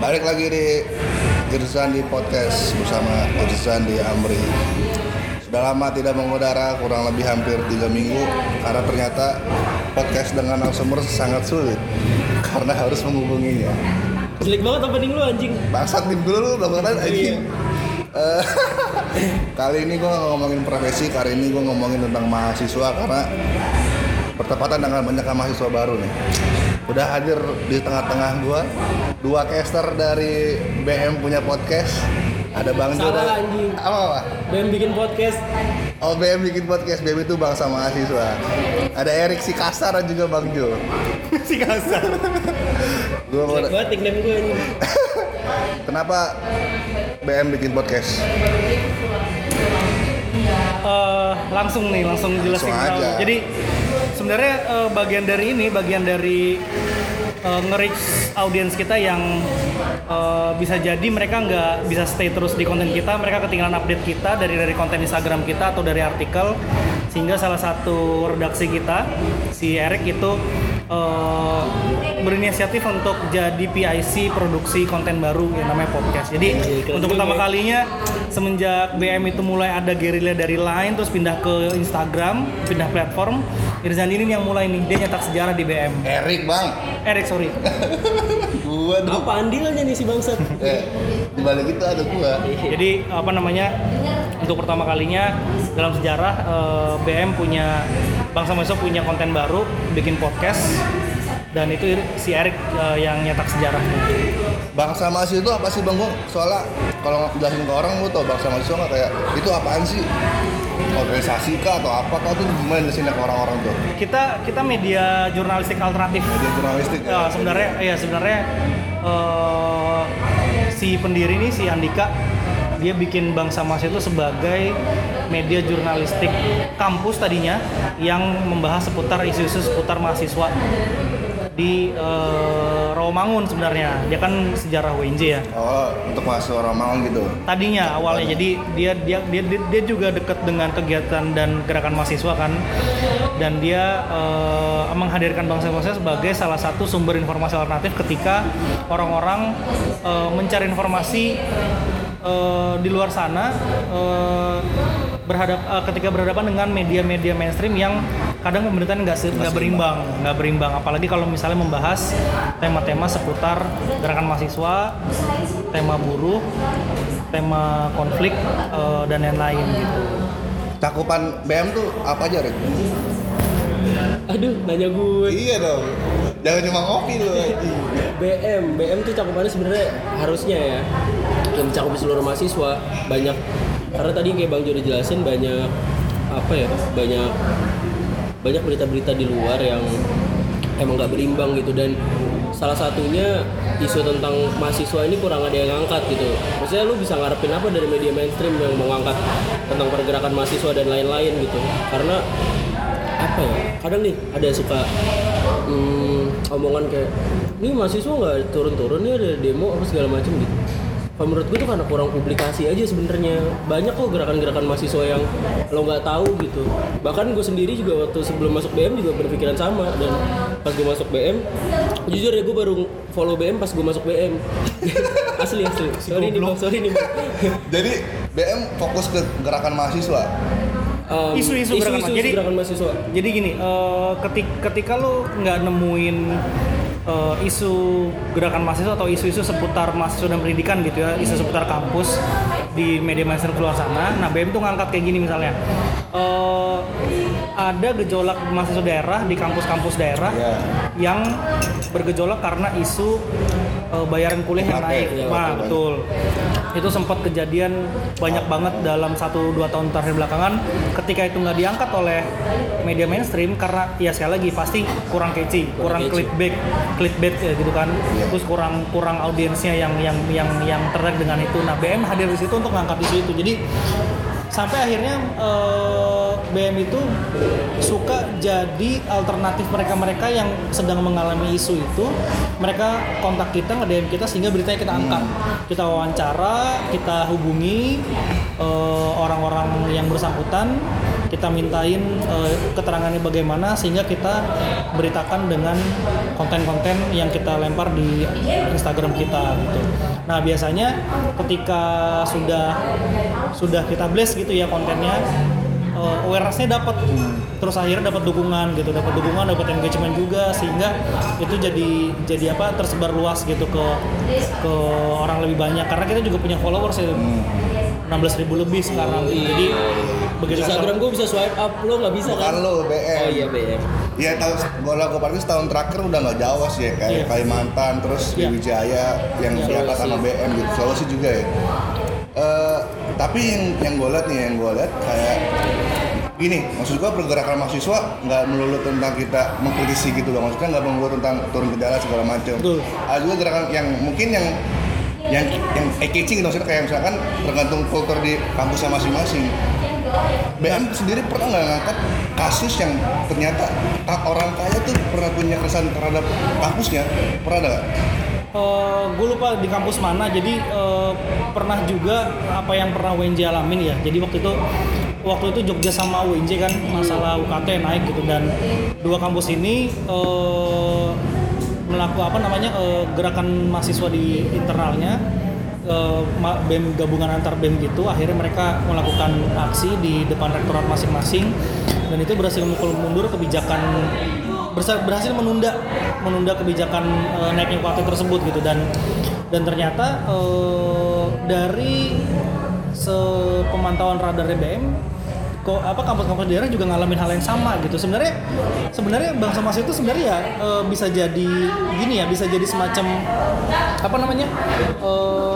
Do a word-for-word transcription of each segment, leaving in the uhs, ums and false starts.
Balik lagi di Irzan di podcast bersama Irzan di Amri. Sudah lama tidak mengudara, kurang lebih hampir tiga minggu. Karena ternyata podcast dengan narasumber sangat sulit karena harus menghubunginya. Jelek banget opening lu anjing. Bangsat tim dulu lu, udah keren anjing. Uh, kali ini gue ngomongin profesi, kali ini gue ngomongin tentang mahasiswa karena bertepatan dengan banyak mahasiswa baru nih. Udah hadir di tengah-tengah gue dua caster dari B M punya podcast. Ada Bang Jo. Salah anjing. Apa apa? B M bikin podcast. Oh, B M bikin podcast. B M itu bangsa mahasiswa. Ada Erik si kasar dan juga Bang Jo. Si kasar. Gue mau. Jelek banget nickname gue ini. Kenapa B M bikin podcast? Uh, langsung nih, langsung jelasin. Langsung aja. Jadi sebenarnya uh, bagian dari ini, bagian dari uh, nge-reach audiens kita yang uh, bisa jadi mereka nggak bisa stay terus di konten kita, mereka ketinggalan update kita dari dari konten Instagram kita atau dari artikel, sehingga salah satu redaksi kita, si Erik itu uh, berinisiatif untuk jadi P I C produksi konten baru yang namanya podcast. Jadi Iya, untuk juga pertama ya. kalinya semenjak B M itu mulai ada gerilya dari Line terus pindah ke Instagram, pindah platform, Irzan ini yang mulai nih, dia nyetak sejarah di B M. Erik Bang. Erik sorry. Gua tuh. Apa andilnya nih si bangsat? Eh, di balik itu ada gua. Jadi apa namanya? Untuk pertama kalinya dalam sejarah eh, B M punya Bangsa Mahasiswa punya konten baru, bikin podcast. Dan itu si Erik uh, yang nyetak sejarahnya. Bangsa mahasiswa itu apa sih Bang? Gua soalnya kalau jelasin ke orang gua tau bangsa mahasiswa nggak kayak itu apaan sih? Organisasi kah atau apa kah tuh gimana jelasin ke orang-orang tuh? Kita kita media jurnalistik alternatif. Media jurnalistik. Ya, sebenarnya ya sebenarnya uh, si pendiri ini si Andika dia bikin Bangsa Mahasiswa itu sebagai media jurnalistik kampus tadinya yang membahas seputar isu-isu seputar mahasiswa di uh, Rawamangun sebenarnya. Dia kan sejarah U N J ya. Oh, untuk mahasiswa Rawamangun gitu. Tadinya awalnya jadi dia dia dia dia, dia juga dekat dengan kegiatan dan gerakan mahasiswa kan. Dan dia uh, menghadirkan Bangsa Mahasiswa sebagai salah satu sumber informasi alternatif ketika orang-orang uh, mencari informasi uh, di luar sana uh, berhadap uh, ketika berhadapan dengan media-media mainstream yang kadang pemberitaan nggak nggak berimbang, nggak berimbang. Apalagi kalau misalnya membahas tema-tema seputar gerakan mahasiswa, tema buruh, tema konflik uh, dan lain-lain gitu. Cakupan B M tuh apa aja, Rik? Aduh, nanya gue. Iya dong. Jangan cuma ngopi loh. B M, B M tuh cakupannya sebenarnya harusnya ya yang mencakupi seluruh mahasiswa banyak. Karena tadi kayak Bang Jo udah jelasin banyak apa ya, banyak banyak berita-berita di luar yang emang nggak berimbang gitu, dan salah satunya isu tentang mahasiswa ini kurang ada yang ngangkat gitu. Maksudnya lu bisa ngarepin apa dari media mainstream yang mau ngangkat tentang pergerakan mahasiswa dan lain-lain gitu. Karena apa ya, kadang nih ada suka hmm, omongan kayak ini mahasiswa nggak turun-turun nih, ada demo apa segala macam gitu. Kalau menurut gue tuh karena kurang publikasi aja sebenarnya. Banyak kok gerakan-gerakan mahasiswa yang lo nggak tahu gitu. Bahkan gue sendiri juga waktu sebelum masuk B M juga berpikiran sama, dan pas gue masuk B M, jujur ya gue baru follow B M pas gue masuk B M. asli asli. Sorry nih bang, sorry nih bang. Jadi B M fokus ke gerakan mahasiswa. Um, Isu-isu gerakan isu-isu jadi, gerakan mahasiswa. Jadi gini, uh, ketika, ketika lo nggak nemuin uh, isu gerakan mahasiswa atau isu-isu seputar mahasiswa dan pendidikan gitu ya, isu seputar kampus di media mainstream luar sana. Nah, B M tuh ngangkat kayak gini misalnya. Uh, ada gejolak mahasiswa daerah di kampus-kampus daerah Yeah. yang bergejolak karena isu uh, bayaran kuliah yang Oke, naik. iya, Nah, betul. betul. Itu sempat kejadian banyak banget dalam satu dua tahun terakhir belakangan. Ketika itu nggak diangkat oleh media mainstream karena ya sekali lagi pasti kurang catchy, kurang, Kurang catchy. clickbait, clickbait ya gitu kan. Iya. Terus kurang kurang audiensnya yang yang yang yang tertarik dengan itu. Nah, B M hadir di situ untuk ngangkat isu itu. Jadi sampai akhirnya eh, B M itu suka jadi alternatif mereka-mereka yang sedang mengalami isu itu. Mereka kontak kita, nge-D M kita sehingga beritanya kita angkat. Kita wawancara, kita hubungi eh, orang-orang yang bersangkutan kita mintain uh, keterangannya bagaimana sehingga kita beritakan dengan konten-konten yang kita lempar di Instagram kita gitu. Nah biasanya ketika sudah sudah kita blast gitu ya kontennya, uh, awareness-nya dapat, terus akhirnya dapat dukungan gitu, dapat dukungan, dapat engagement juga sehingga itu jadi jadi apa tersebar luas gitu ke ke orang lebih banyak karena kita juga punya followers ya enam belas ribu lebih sekarang. Jadi begitu Instagram gue bisa swipe up, lo nggak bisa Bukan kan? lo, B M. Oh iya B M. Iya, tahun kalau aku parkir setahun terakhir udah nggak Jawa sih ya, kayak Iya. Kalimantan, terus Iya. Wijaya yang Iya, diangkat Sulawesi. sama B M gitu, Sulawesi juga ya. Eh, tapi yang yang gue lihat nih, yang gue lihat kayak gini, maksud gue pergerakan mahasiswa nggak melulu tentang kita mengkritisi gitu loh, maksudnya nggak melulu tentang turun ke jalan segala macam. Betul. Ada juga gerakan yang mungkin yang yang yang eye-catching gitu, maksudnya kayak misalkan tergantung kultur di kampusnya masing-masing. B M sendiri pernah nggak ngangkat kasus yang ternyata orang kaya tuh pernah punya kesan terhadap kampusnya? Pernah nggak? Uh, gue lupa di kampus mana, jadi uh, pernah juga apa yang pernah W N J alamin ya. Jadi waktu itu waktu itu Jogja sama U N J kan masalah U K T naik gitu, dan dua kampus ini uh, melakukan apa namanya uh, gerakan mahasiswa di internalnya, uh, B E M gabungan antar B E M gitu. Akhirnya mereka melakukan aksi di depan rektorat masing-masing dan itu berhasil memukul mundur kebijakan, berhasil menunda menunda kebijakan uh, naiknya U K T tersebut gitu. Dan dan ternyata uh, dari sepemantauan radar B E M kok apa kampus-kampus daerah juga ngalamin hal yang sama gitu. Sebenarnya sebenarnya bangsa mas itu sebenarnya ya e, bisa jadi gini ya, bisa jadi semacam apa namanya e,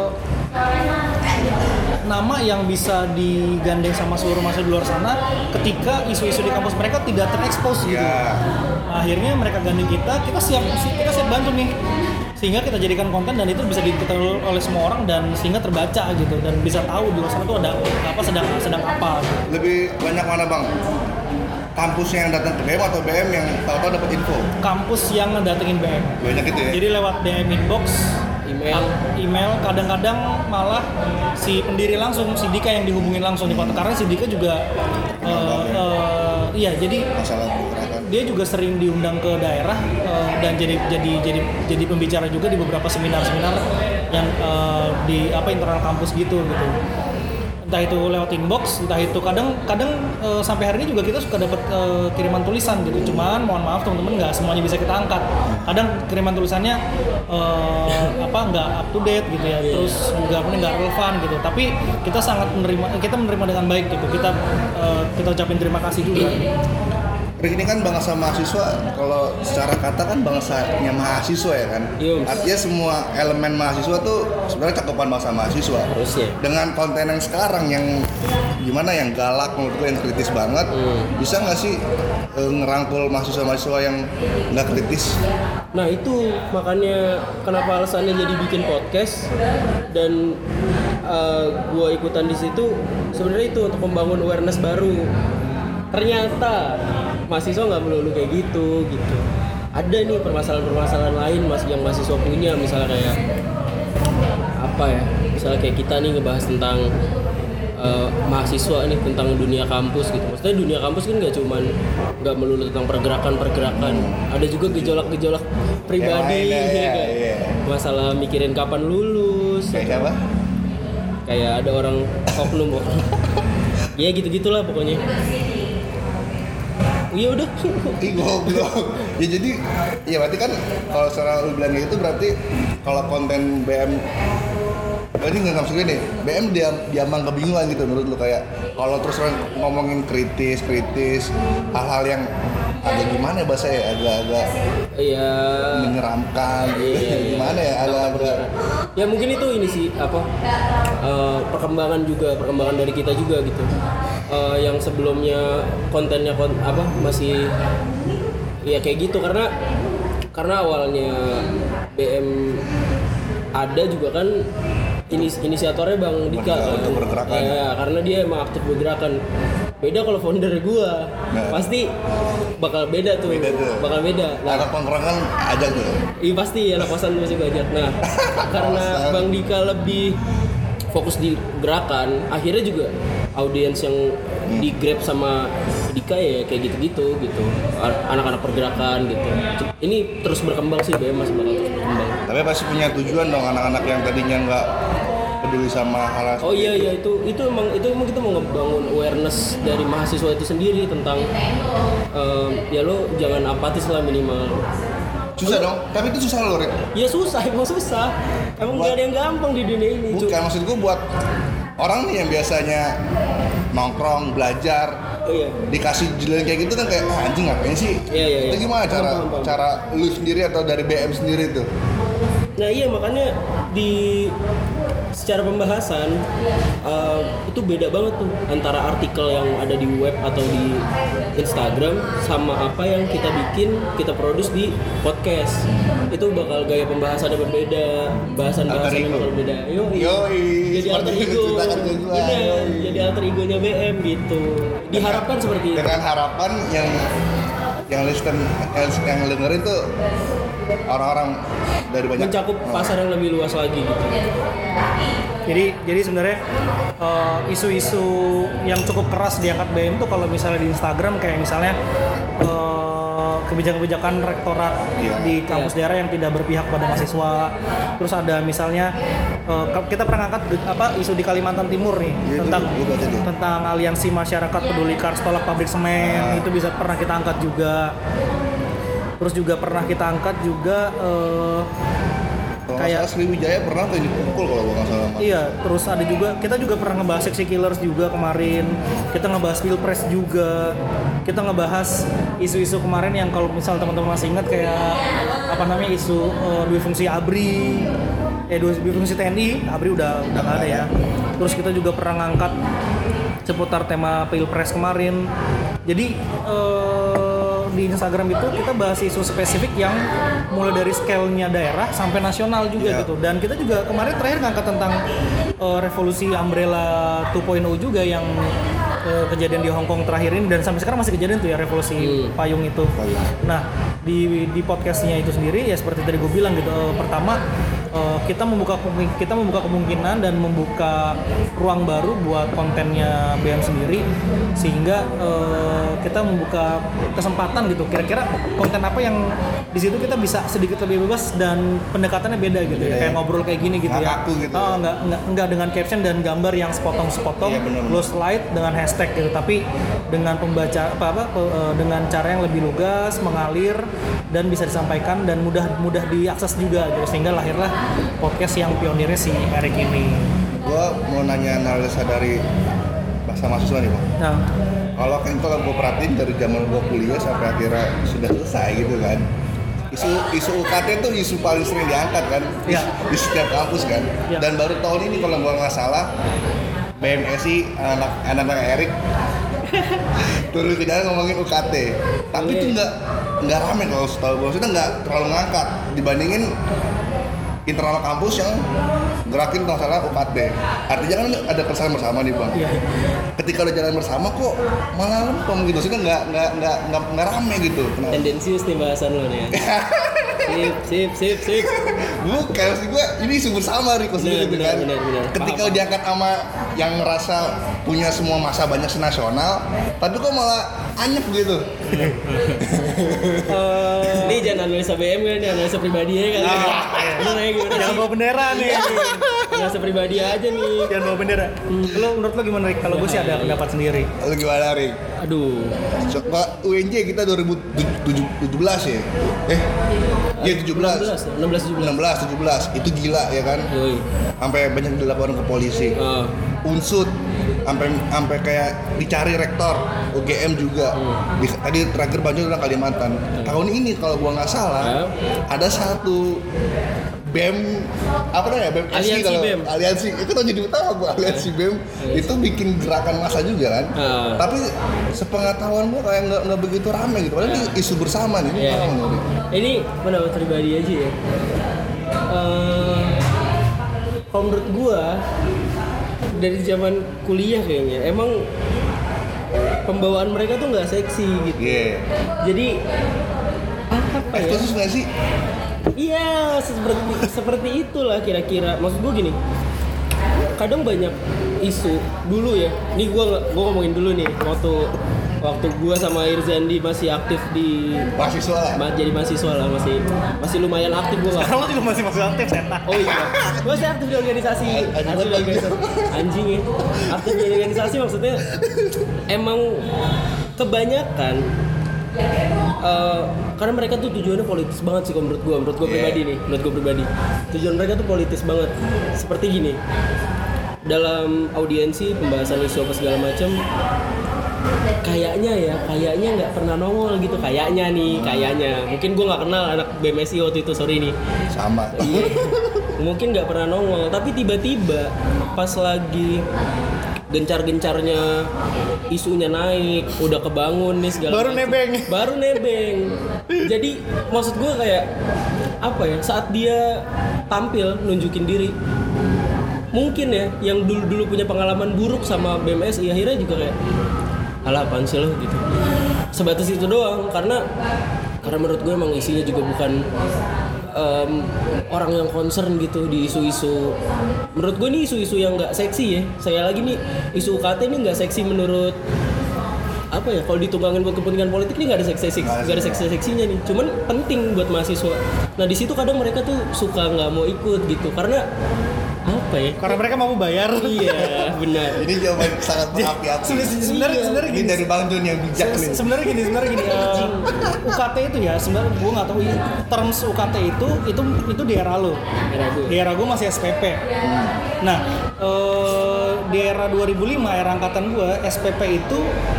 nama yang bisa digandeng sama seluruh mahasiswa di luar sana ketika isu-isu di kampus mereka tidak terekspos gitu. Ya. Nah, akhirnya mereka gandeng kita, kita siap kita siap bantu nih, sehingga kita jadikan konten dan itu bisa diketahui oleh semua orang dan sehingga terbaca gitu dan bisa tahu di luar sana tuh ada apa sedang sedang apa. Lebih banyak mana bang? Kampusnya yang datang ke B M atau B M yang tahu-tahu dapat info? Kampus yang ngedatengin B M. Banyak gitu ya. Jadi lewat D M inbox, Email. email, kadang-kadang malah si pendiri langsung, si Dika yang dihubungin langsung di karena si Dika juga uh, uh, iya jadi Masalah pergerakan. dia juga sering diundang ke daerah uh, dan jadi jadi jadi jadi pembicara juga di beberapa seminar-seminar yang uh, di apa internal kampus gitu gitu. Entah itu lewat inbox, entah itu kadang kadang uh, sampai hari ini juga kita suka dapat uh, kiriman tulisan gitu. Cuman mohon maaf teman-teman, nggak semuanya bisa kita angkat. Kadang kiriman tulisannya uh, apa nggak up to date gitu ya, terus juga nggak relevan gitu. Tapi kita sangat menerima, kita menerima dengan baik gitu. Kita uh, kita ucapin terima kasih juga. Rick ini kan bangsa mahasiswa, kalau secara kata kan bangsanya mahasiswa ya kan. Yes. Artinya semua elemen mahasiswa tuh sebenarnya cakupan bangsa mahasiswa. Harusnya. Dengan konten yang sekarang yang gimana, yang galak menurut gue, yang kritis banget, Hmm. bisa nggak sih e, ngerangkul mahasiswa-mahasiswa yang nggak kritis? Nah itu makanya kenapa alasannya jadi bikin podcast dan uh, gue ikutan di situ sebenarnya itu untuk membangun awareness baru. Ternyata mahasiswa nggak melulu kayak gitu gitu. Ada nih permasalahan-permasalahan lain mas yang mahasiswa punya, misalnya kayak apa ya? Misalnya kayak kita nih ngebahas tentang uh, mahasiswa nih, tentang dunia kampus gitu. Maksudnya dunia kampus kan nggak cuman nggak melulu tentang pergerakan-pergerakan. Ada juga gejolak-gejolak pribadi, Yang lain, ya, ya, kayak iya. masalah mikirin kapan lulus. Kayak siapa? Kayak ada orang oknum oknum. Ya gitu-gitulah pokoknya. Iya udah. Ih goblok. Ya jadi, ya berarti kan kalau secara lu bilang gitu berarti kalau konten B M, berarti nggak maksud gue nih, B M dia diambang kebingungan gitu menurut lu, kayak kalau terus ngomongin kritis kritis hal-hal yang agak gimana ya bahasa ya, agak-agak Iya. menyeramkan gitu. Iya, iya. Gimana ya, agak-agak Ya mungkin itu ini sih apa uh, perkembangan juga perkembangan dari kita juga gitu. Uh, yang sebelumnya kontennya kon- apa masih ya kayak gitu karena karena awalnya B M ada juga kan inis inisiatornya Bang Dika kan. Untuk pergerakan. Ya, karena dia emang aktif bergerakan. Beda kalau founder gua, Nah. pasti bakal beda tuh. Beda tuh. Bakal beda. Nah, anak penggerangan aja tuh. iya pasti anak kosan masih banyak. Nah, karena Kosan. Bang Dika lebih fokus di gerakan, akhirnya juga audiens yang di Grab sama Dika ya kayak gitu-gitu gitu. Anak-anak pergerakan gitu. Ini terus berkembang sih, B M masih bakal terus berkembang. Tapi pasti punya tujuan dong anak-anak yang tadinya nggak peduli sama hal Oh iya iya itu itu emang itu emang kita mau ngebangun awareness dari mahasiswa itu sendiri tentang um, ya lo jangan apatis lah minimal. Susah dong, tapi itu susah loh, Rick. Ya susah, emang susah. Emang nggak ada yang gampang di dunia ini. Bukan, maksud gue buat orang nih yang biasanya nongkrong, belajar, oh, iya. dikasih jalan kayak gitu kan kayak ah, anjing ngapain sih? Iya, iya, itu iya. gimana cara Paham, paham. cara lu sendiri atau dari B M sendiri tuh? Nah iya makanya di secara pembahasan uh, itu beda banget tuh antara artikel yang ada di web atau di Instagram sama apa yang kita bikin, kita produce di podcast. Itu bakal gaya pembahasannya berbeda, bahasan-bahasannya bakal berbeda. Yoi. Yoi. Jadi alter Seperti ego. yang diceritakan ke gua. Bener, Yoi. jadi alter egonya B M gitu. Diharapkan seperti itu. Dengan harapan yang yang listen yang, yang dengerin tuh orang-orang dari banyak Mencakup pasar yang lebih luas lagi gitu. Jadi jadi sebenarnya uh, isu-isu yang cukup keras diangkat B M tuh kalau misalnya di Instagram kayak misalnya uh, kebijakan-kebijakan rektorat Iya. di kampus Iya. daerah yang tidak berpihak pada mahasiswa. Terus ada misalnya uh, kita pernah angkat apa isu di Kalimantan Timur nih Iya, tentang itu gua baca tuh. tentang aliansi masyarakat peduli Kars tolak pabrik semen. Ah. Itu bisa pernah kita angkat juga. Terus juga pernah kita angkat juga uh, Kalau kayak kayak Sriwijaya pernah tuh dipukul kalau gua nggak salah. iya, terus ada juga kita juga pernah ngebahas Seksi Killers juga kemarin. Kita ngebahas Pilpres juga. Kita ngebahas isu-isu kemarin yang kalau misal teman-teman masih ingat kayak apa namanya isu uh, dua fungsi A B R I, eh dua, dua fungsi T N I, A B R I udah udah nggak ada ya. Terus kita juga pernah ngangkat seputar tema Pilpres kemarin. Jadi uh, di Instagram itu kita bahas isu spesifik yang mulai dari scale-nya daerah sampai nasional juga Yeah. gitu. Dan kita juga kemarin terakhir ngangkat tentang uh, revolusi umbrella dua titik nol juga yang uh, kejadian di Hong Kong terakhir ini dan sampai sekarang masih kejadian tuh ya revolusi Hmm. payung itu. Payung. Nah di di podcastnya itu sendiri ya seperti tadi gue bilang gitu. Uh, pertama uh, kita membuka kita membuka kemungkinan dan membuka ruang baru buat kontennya B M sendiri sehingga uh, kita membuka kesempatan gitu. Kira-kira konten apa yang di situ kita bisa sedikit lebih bebas dan pendekatannya beda gitu ya. Iya, Kayak iya. ngobrol kayak gini gitu Nggak ya. kaku gitu Oh, ya. enggak, enggak enggak dengan caption dan gambar yang sepotong-sepotong, Iya, benar, lo slide dengan hashtag gitu, tapi dengan pembaca apa apa pe- eh, dengan cara yang lebih lugas, mengalir dan bisa disampaikan dan mudah mudah diakses juga gitu sehingga lahirlah podcast yang pionirnya si Eric ini. Gua mau nanya analisa dari bahasa mahasiswa nih, Bang. Nah, Kalau kan kalau gue perhatiin dari zaman gue kuliah sampai akhirnya sudah selesai gitu kan, isu isu U K T itu isu paling sering diangkat kan di, Iya. di setiap kampus kan. Iya. Dan baru tahun ini kalau gue nggak salah B M S I anak anak Erik turun ke jalan ngomongin U K T, tapi itu nggak nggak rame kalau setahu gue, maksudnya nggak terlalu ngangkat dibandingin internal kampus yang gerakin masalah U K T. Artinya kan ada kesan bersama nih, Bang. iya. Ketika udah jalan bersama kok malah lempeng gitu, maksudnya nggak nggak nggak nggak nggak rame gitu. Kenapa? Tendensius nih bahasan lo nih ya. Sip, sip, sip, sip. Bukan, maksud gue ini isu bersama nih Benar, gitu benar, kan. benar, benar. Ketika Paham, diangkat sama yang ngerasa punya semua masa banyak senasional, tapi kok malah anyep gitu. Eh, Ini jangan analisa B M kan, analisa pribadi aja kan. Gimana ya, gimana jangan sih? bawa bendera nih. Analisa pribadi aja nih. Jangan bawa bendera. Lo menurut lo gimana Rick? Kalau gue sih ada pendapat sendiri. Lu gimana, Rik? Aduh. Coba U N J kita dua ribu tujuh belas ya? Eh, iya tujuh belas. enam belas, tujuh belas. enam belas, tujuh belas. Itu gila ya kan? Yoi. Sampai banyak dilaporin ke polisi. Ah, Unsut sampai sampai kayak dicari rektor U G M juga. Di, tadi terakhir Banjo bilang Kalimantan. Tahun ini kalau gua nggak salah ada satu B E M apa namanya B E M S I Aliansi kalau B E M. aliansi itu kan jadi utama gua aliansi B E M itu bikin gerakan massa juga kan. Ah. Tapi sepengetahuan gua kayak nggak nggak begitu ramai gitu. Padahal ini isu bersama nih. Ini Iya. gimana menurut lu? Ini pendapat pribadi aja ya. Eh, kalau menurut gua dari zaman kuliah kayaknya emang pembawaan mereka tuh nggak seksi gitu. Iya. Jadi apa ya? Eksklusif nggak sih? Iya, seperti seperti itulah kira-kira. Maksud gue gini, kadang banyak isu dulu ya. Nih gue gue ngomongin dulu nih waktu waktu gue sama Irzandi masih aktif di Mahasiswa lah. ma- jadi mahasiswa lah, masih masih lumayan aktif gue lah. Sekarang lo juga masih masih aktif setan. Oh iya, gue masih aktif di organisasi. Anjing Aktif di banget, organisasi. Anjing ya. Aktif di organisasi maksudnya emang kebanyakan uh, karena mereka tuh tujuannya politis banget sih kalau menurut gue, menurut gue Yeah. pribadi nih, menurut gue pribadi. Tujuan mereka tuh politis banget. Seperti gini. Dalam audiensi pembahasan isu apa segala macam, kayaknya ya, kayaknya nggak pernah nongol gitu, kayaknya nih, kayaknya. Mungkin gue nggak kenal anak B M S I waktu itu, sorry nih. Sama. Iya, mungkin nggak pernah nongol, tapi tiba-tiba pas lagi gencar-gencarnya isunya naik, udah kebangun nih segala Baru macam. nebeng. Baru nebeng. Jadi maksud gue kayak apa ya? Saat dia tampil nunjukin diri, mungkin ya yang dulu-dulu punya pengalaman buruk sama B M S I akhirnya juga kayak alah apaan sih lo gitu. Sebatas itu doang, karena karena menurut gue emang isinya juga bukan um, orang yang concern gitu di isu-isu. Menurut gue ini isu-isu yang nggak seksi ya. Saya lagi nih isu U K T ini nggak seksi menurut apa ya? Kalau ditumbangin buat kepentingan politik ini nggak ada seksi nggak ada seksi seksinya nih. Cuman penting buat mahasiswa. Nah di situ kadang mereka tuh suka nggak mau ikut gitu karena apa ya? Karena mereka mau bayar. Iya benar. Ini jawaban sangat berapi-api. Sebenarnya sebenarnya sebenarnya Ini gini. dari Bang Jun yang bijak Se- nih. Sebenarnya gini, sebenarnya gini. eh, U K T itu ya, sebenarnya gue nggak tahu i- terms U K T itu itu itu di era lo. Era gue. Di era gue masih S P P. Nah, eh, di era dua ribu lima era angkatan gue S P P itu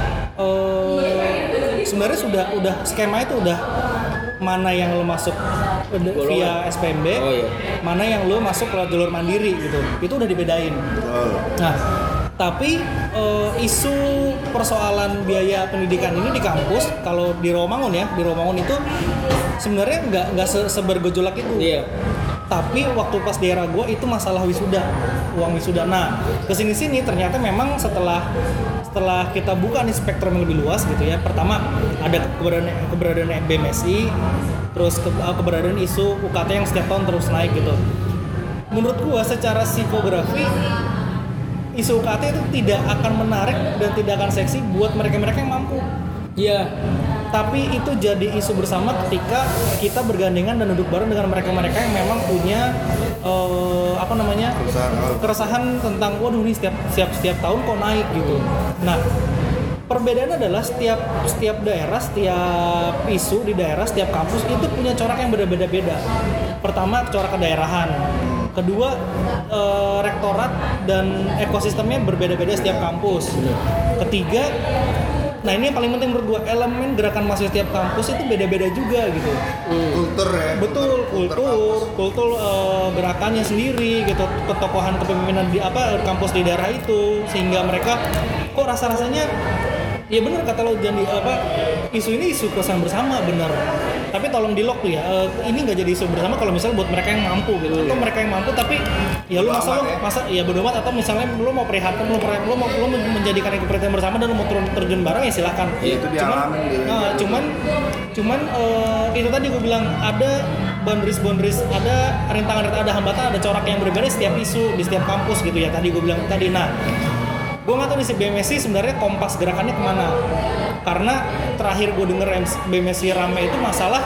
eh, sebenarnya sudah udah skema itu udah mana yang lo masuk udah via S P M B, Oh, iya. mana yang lo masuk lewat jalur mandiri gitu. Itu udah dibedain. Betul. Nah, tapi eh, isu persoalan biaya pendidikan ini di kampus, kalau di Rawamangun ya, di Rawamangun itu sebenarnya nggak nggak se- sebergejolak itu. Iya. Tapi waktu pas di era gue itu masalah wisuda, uang wisuda. Nah, kesini-sini ternyata memang setelah setelah kita buka nih spektrum yang lebih luas gitu ya. Pertama ada keberadaan keberadaan B M S I, terus ke, keberadaan isu U K T yang setiap tahun terus naik gitu. Menurut gue secara psikografi isu U K T itu tidak akan menarik dan tidak akan seksi buat mereka-mereka yang mampu. Iya. Tapi itu jadi isu bersama ketika kita bergandengan dan duduk bareng dengan mereka-mereka yang memang punya eh, apa namanya Keresahan. keresahan tentang waduh nih setiap setiap setiap tahun kok naik gitu. Nah, perbedaannya adalah setiap setiap daerah, setiap isu di daerah, setiap kampus itu punya corak yang berbeda-beda. Pertama corak kedaerahan. Kedua eh, rektorat dan ekosistemnya berbeda-beda setiap kampus. Ketiga, nah ini yang paling penting menurut gua, elemen gerakan mahasiswa setiap kampus itu beda-beda juga gitu. Kultur ya. Betul, kampus. kultur, kultur eh, gerakannya sendiri gitu, ketokohan kepemimpinan di apa kampus di daerah itu, sehingga mereka kok rasa-rasanya ya benar kata lo, jadi apa isu ini isu keresahan bersama benar. Tapi tolong di lock tuh ya, eh, ini nggak jadi isu bersama kalau misalnya buat mereka yang mampu gitu, atau mereka yang mampu tapi ya lu Bodo masa amat lu ya. masa ya bodo amat, atau misalnya lu mau prihatin, lu, lu mau lu menjadikan itu perhatian bersama dan lu mau turun terjun bareng ya silakan. Ya, itu cuman, dialamin gitu. nah, cuman cuman eh, itu tadi gue bilang ada boundaries boundaries, ada rintangan, ada hambatan, ada corak yang berbeda setiap isu di setiap kampus gitu ya. Tadi gue bilang tadi. Nah, gue nggak tahu nih si B M S I sebenarnya kompas gerakannya kemana, karena terakhir gue denger B M S I rame itu masalah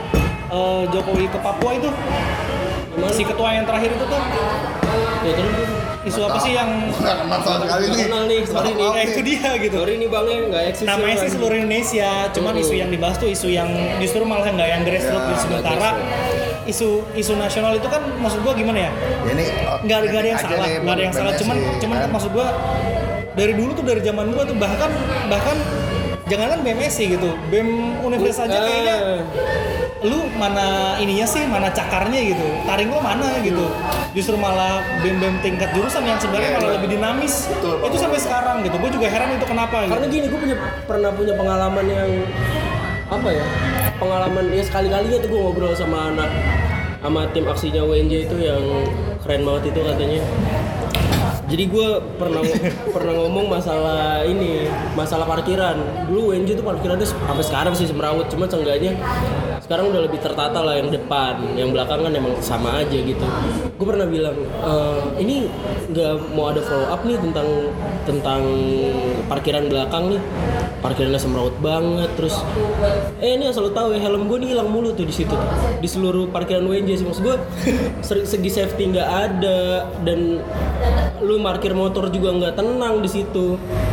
eh, Jokowi ke Papua itu. Gimana? Si ketua yang terakhir itu tuh Ya terus isu apa sih yang Nggak kenal sama sekali Nggak nih. kenal nih, sorry nih. eh, itu dia gitu. sorry nih bang ya nggak eksis. Namanya ya, sih Bang. seluruh Indonesia, cuman Mm-mm. isu yang dibahas tuh isu yang justru malah nggak yang grassroots Ya, gitu. Sementara isu isu nasional itu kan maksud gua gimana ya? Ya, ini Nggak ada nggak ada yang aja salah, nih, nggak ada yang salah. Cuman B M S I, cuman kan? maksud gua dari dulu tuh dari zaman gua tuh bahkan bahkan jangankan B M S I gitu, B E M Universitas aja kayaknya Ah. lu mana ininya sih, mana cakarnya gitu, taring lo mana gitu. Justru malah B E M B E M tingkat jurusan yang sebenarnya Iya, malah iya. lebih dinamis. Betul, itu Pak. sampai sekarang gitu. Gue juga heran itu kenapa gitu. Karena gini, gue punya pernah punya pengalaman yang apa ya? Pengalaman ya sekali-kalinya tuh gue ngobrol sama anak sama tim aksinya U N J itu yang keren banget itu katanya. Jadi gue pernah pernah ngomong masalah ini, masalah parkiran. Dulu U N J itu parkirannya sampai sekarang sih semrawut, cuma seenggaknya sekarang udah lebih tertata lah yang depan, yang belakang kan emang sama aja gitu. Gue pernah bilang e, ini nggak mau ada follow up nih tentang tentang parkiran belakang nih, parkirannya semrawut banget. Terus eh ini asal lo tahu ya, helm gue nih hilang mulu tuh di situ, di seluruh parkiran U N J sih. Maksud gue segi safety nggak ada, dan lu parkir motor juga nggak tenang di situ.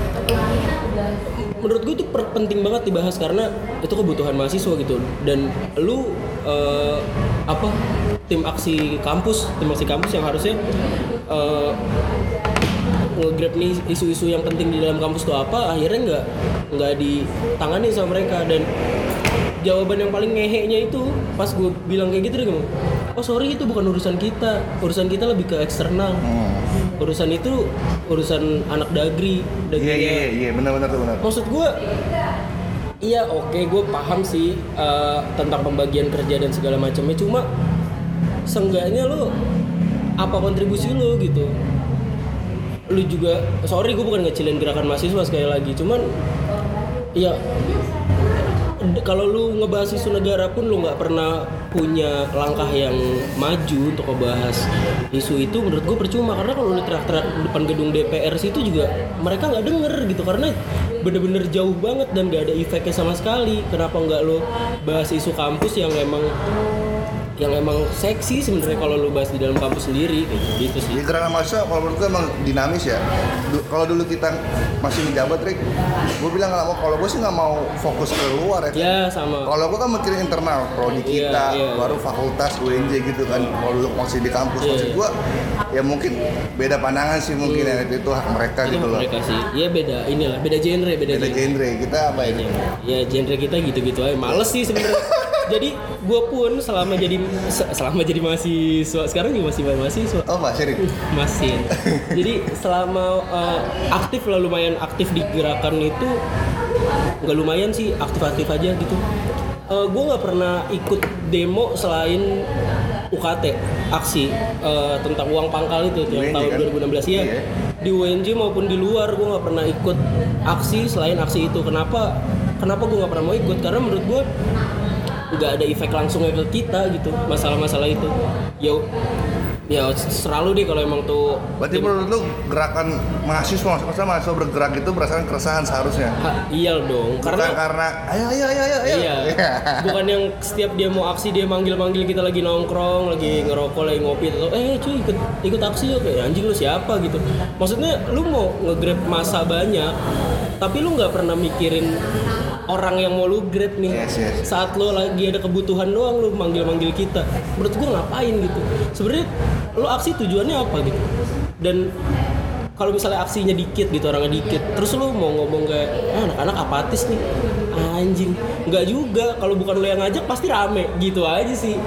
Menurut gue itu penting banget dibahas karena itu kebutuhan mahasiswa gitu. Dan lu uh, apa tim aksi kampus, tim aksi kampus yang harusnya uh, nge-grab nih isu-isu yang penting di dalam kampus itu apa, akhirnya nggak nggak ditangani sama mereka. Dan jawaban yang paling ngeheknya itu pas gue bilang kayak gitu, dia ngomong, oh sorry itu bukan urusan kita, urusan kita lebih ke eksternal. Hmm. Urusan itu urusan anak dagri. Iya iya iya benar-benar tuh benar. Maksud gue, iya oke okay, gue paham sih uh, tentang pembagian kerja dan segala macamnya, cuma seenggaknya lo apa kontribusi lo gitu. Lu juga, sorry gue bukan ngecilin gerakan mahasiswa sekali lagi, cuman ya kalau lu ngebahas isu negara pun lu nggak pernah punya langkah yang maju untuk ngebahas isu itu, menurut gue percuma. Karena kalau lu teriak-teriak di depan gedung D P R situ juga mereka nggak denger gitu, karena bener-bener jauh banget dan nggak ada efeknya sama sekali. Kenapa nggak lu bahas isu kampus yang emang yang emang seksi sebenarnya kalau lu bahas di dalam kampus sendiri gitu sih. Di gerakan mahasiswa kalau menurut gue emang dinamis ya. Du- kalau dulu kita masih menjabat, Rick, gue bilang nggak mau. Kalau gue sih nggak mau fokus ke luar ya. Ya sama. Kalau gue kan mikirin internal, prodi kita, iya, iya. baru fakultas U N J gitu kan. Kalau dulu masih di kampus, iya. maksud gue ya mungkin beda pandangan sih mungkin hmm. ya itu hak mereka itu gitu loh. Mereka sih, ya beda inilah, beda genre, beda, beda genre. genre. Kita apa ini? Ya genre kita gitu-gitu aja. Males sih sebenarnya. Jadi gue pun selama jadi selama jadi mahasiswa, sekarang juga masih mahasiswa. Oh masih Rick? Masih. Jadi selama uh, aktif lah, lumayan aktif di gerakan itu, nggak lumayan sih, aktif-aktif aja gitu. Uh, gue nggak pernah ikut demo selain U K T, aksi uh, tentang uang pangkal itu yang tahun kan? dua ribu enam belas ya. Iya. Di U N J maupun di luar gue nggak pernah ikut aksi selain aksi itu. Kenapa? Kenapa gue nggak pernah mau ikut? Karena menurut gue nggak ada efek langsungnya ke kita gitu, masalah-masalah itu. Ya, ya selalu deh kalau emang tuh. Berarti menurut lu gerakan mahasiswa, maksudnya mahasiswa bergerak itu berdasarkan keresahan seharusnya? Ha, iya dong. Bukan karena, karena ayo ayo ayo ayo. Iya. Bukan yang setiap dia mau aksi dia manggil-manggil kita lagi nongkrong, lagi ngerokok, lagi ngopi atau eh cuy ikut ikut aksi ya, kayak anjing lu siapa gitu. Maksudnya lu mau nge-grab masa banyak, tapi lu nggak pernah mikirin orang yang mau lu grab nih. Yes, yes. Saat lo lagi ada kebutuhan doang lu manggil-manggil kita. Menurut gua ngapain gitu. Sebenarnya lo aksi tujuannya apa gitu. Dan kalau misalnya aksinya dikit gitu, orangnya dikit, terus lo mau ngomong kayak ah, anak-anak apatis nih. Anjing. Enggak juga, kalau bukan lo yang ngajak pasti rame gitu aja sih.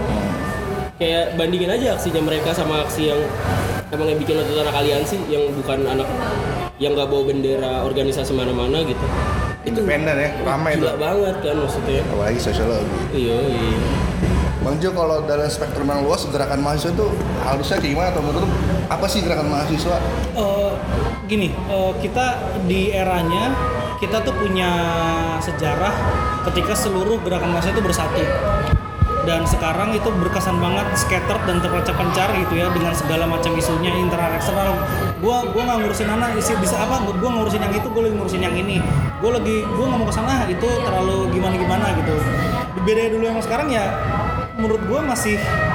Kayak bandingin aja aksinya mereka sama aksi yang emang yang bikin waktu anak aliansi yang bukan anak yang nggak bawa bendera organisasi mana-mana gitu. Independen ya, ramai itu. Gila banget kan maksudnya. Apalagi sosiologi. Iya, iya. Bang Jo, kalau dalam spektrum yang luas gerakan mahasiswa itu harusnya kayak gimana atau menurut apa sih gerakan mahasiswa? Uh, gini, uh, kita di eranya kita tuh punya sejarah ketika seluruh gerakan mahasiswa itu bersatu. Dan sekarang itu berkesan banget scattered dan terpencar-pencar gitu ya dengan segala macam isunya internal eksternal. Gua gua nggak ngurusin mana isi bisa apa, gua ngurusin yang itu, gua lagi ngurusin yang ini. Gua lagi gua nggak mau kesana, itu terlalu gimana-gimana gitu. Beda dulu yang sekarang ya, menurut gua masih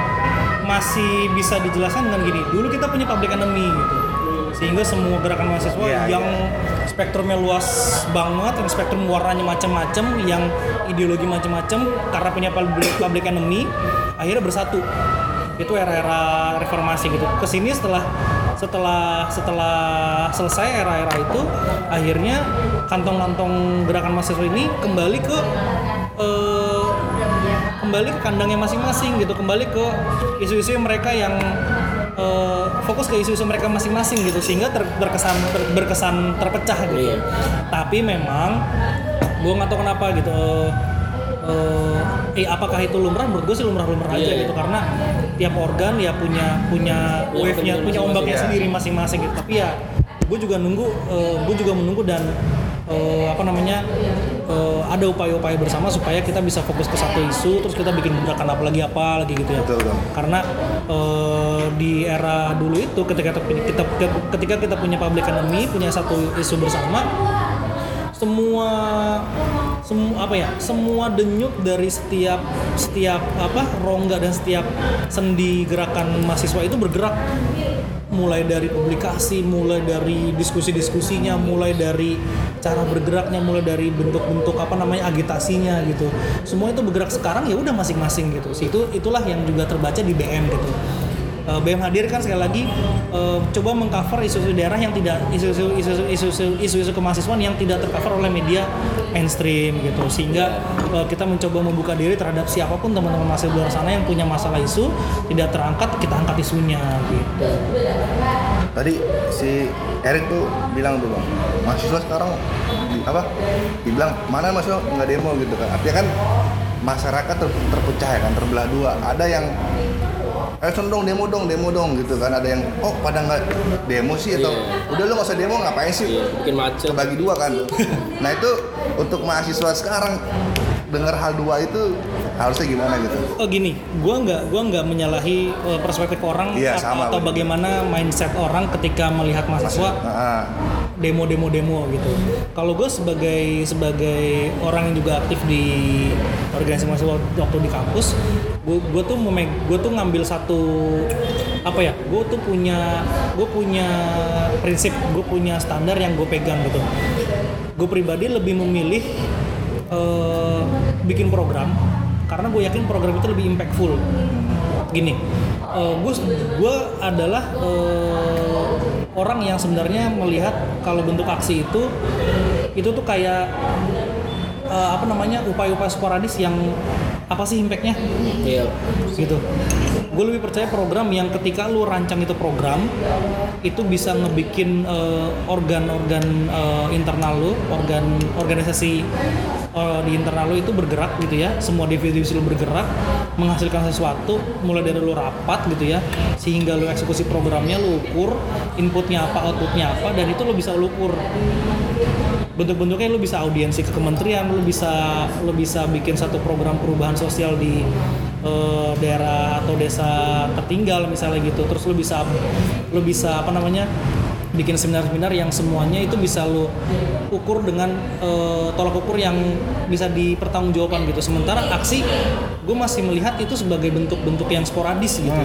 masih bisa dijelaskan dengan gini. Dulu kita punya public enemy gitu. Sehingga semua gerakan mahasiswa yeah, yang yeah. spektrumnya luas banget, yang spektrum warnanya macam-macam, yang ideologi macam-macam, karena punya public, public enemy, akhirnya bersatu. Itu era-era reformasi gitu. Kesini setelah setelah setelah selesai era-era itu, akhirnya kantong-kantong gerakan mahasiswa ini kembali ke eh, kembali ke kandangnya masing-masing gitu, kembali ke isu-isu mereka yang Uh, fokus ke isu-isu mereka masing-masing gitu, sehingga ter, berkesan ter, berkesan terpecah gitu. Iya. Tapi memang gue nggak tahu kenapa gitu. Uh, uh, eh apakah itu lumrah? Menurut gue sih lumrah-lumrah aja Iya, gitu iya. karena tiap organ ya punya punya Punya wave-nya, ketentuan punya ombaknya masing-masing, sendiri masing-masing gitu. Tapi ya gue juga nunggu, uh, gue juga menunggu dan uh, apa namanya uh, ada upaya-upaya bersama supaya kita bisa fokus ke satu isu, terus kita bikin gerakan apa lagi apa lagi gitu ya. Betul, betul. Karena uh, di era dulu itu ketika kita ketika kita punya public enemy, punya satu isu bersama, semua semua apa ya semua denyut dari setiap setiap apa rongga dan setiap sendi gerakan mahasiswa itu bergerak, mulai dari publikasi, mulai dari diskusi-diskusinya, mulai dari cara bergeraknya, mulai dari bentuk-bentuk apa namanya agitasinya gitu. Semua itu bergerak sekarang ya udah masing-masing gitu. Itu itulah yang juga terbaca di B M gitu. Uh, B M hadir kan sekali lagi uh, coba mengcover isu-isu daerah yang tidak isu-isu isu-isu isu-isu isu-isu kemahasiswaan yang tidak tercover oleh media mainstream gitu, sehingga uh, kita mencoba membuka diri terhadap siapapun teman-teman mahasiswa di luar sana yang punya masalah isu tidak terangkat, kita angkat isunya gitu. Tadi si Erik tuh bilang tuh bang, mahasiswa sekarang di, apa? Dibilang mana mahasiswa nggak demo gitu kan? Artinya kan masyarakat ter, terpecah ya kan, terbelah dua. Ada yang eh dong demo dong demo dong gitu kan, ada yang oh pada nggak demo sih atau Iya. udah lu nggak usah demo ngapain sih, Iya, bikin macet. kebagi dua kan tuh. Nah itu untuk mahasiswa sekarang dengar hal dua itu harusnya gimana gitu? Oh gini, gua nggak gua nggak menyalahi uh, perspektif orang Iya, atau, sama, atau bener. bagaimana mindset orang ketika melihat mahasiswa Nah, demo-demo-demo gitu. Kalau gue sebagai sebagai orang yang juga aktif di organisasi mahasiswa waktu di kampus, gue gue tuh memeg gue tuh ngambil satu apa ya? Gue tuh punya gue punya prinsip, gue punya standar yang gue pegang gitu. Gue pribadi lebih memilih uh, bikin program karena gue yakin program itu lebih impactful. Gini, uh, gue gue adalah uh, orang yang sebenarnya melihat kalau bentuk aksi itu itu tuh kayak uh, apa namanya upaya-upaya sporadis yang apa sih impactnya Iya. gitu. Gue lebih percaya program yang ketika lu rancang itu program itu bisa ngebikin uh, organ-organ uh, internal lu, organ organisasi uh, di internal lu itu bergerak gitu ya. Semua divisi-divisi lu bergerak menghasilkan sesuatu mulai dari lu rapat gitu ya, sehingga lu eksekusi programnya, lu ukur inputnya apa, outputnya apa, dan itu lu bisa lu ukur. Bentuk-bentuknya lu bisa audiensi ke kementerian, lu bisa lu bisa bikin satu program perubahan sosial di uh, daerah atau desa tertinggal misalnya gitu. Terus lu bisa lu bisa apa namanya? bikin seminar-seminar yang semuanya itu bisa lu ukur dengan uh, tolak ukur yang bisa dipertanggungjawabkan gitu. Sementara aksi gue masih melihat itu sebagai bentuk-bentuk yang sporadis gitu.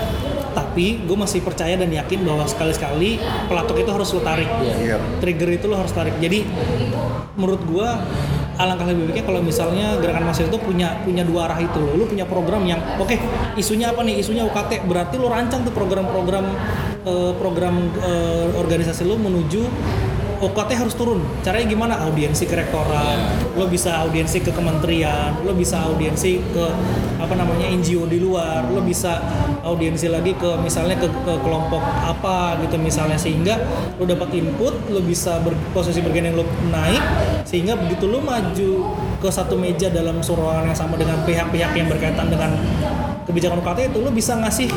Tapi gue masih percaya dan yakin bahwa sekali-sekali pelatuk itu harus lo tarik. iya. Trigger itu lo harus tarik. Jadi menurut gue alangkah lebih baiknya kalau misalnya gerakan mahasiswa itu punya punya dua arah itu lo. Lo punya program yang oke, okay, isunya apa nih? Isunya U K T. Berarti lo rancang tuh program-program eh, program eh, organisasi lo menuju U K T harus turun. Caranya gimana? Audiensi ke rektorat, lo bisa audiensi ke kementerian, lo bisa audiensi ke apa namanya N G O di luar, lo bisa audiensi lagi ke misalnya ke, ke kelompok apa gitu misalnya, sehingga lo dapat input, lo bisa ber, posisi bergening lo naik, sehingga begitu lo maju ke satu meja dalam ruangan yang sama dengan pihak-pihak yang berkaitan dengan kebijakan U K T itu, lo bisa ngasih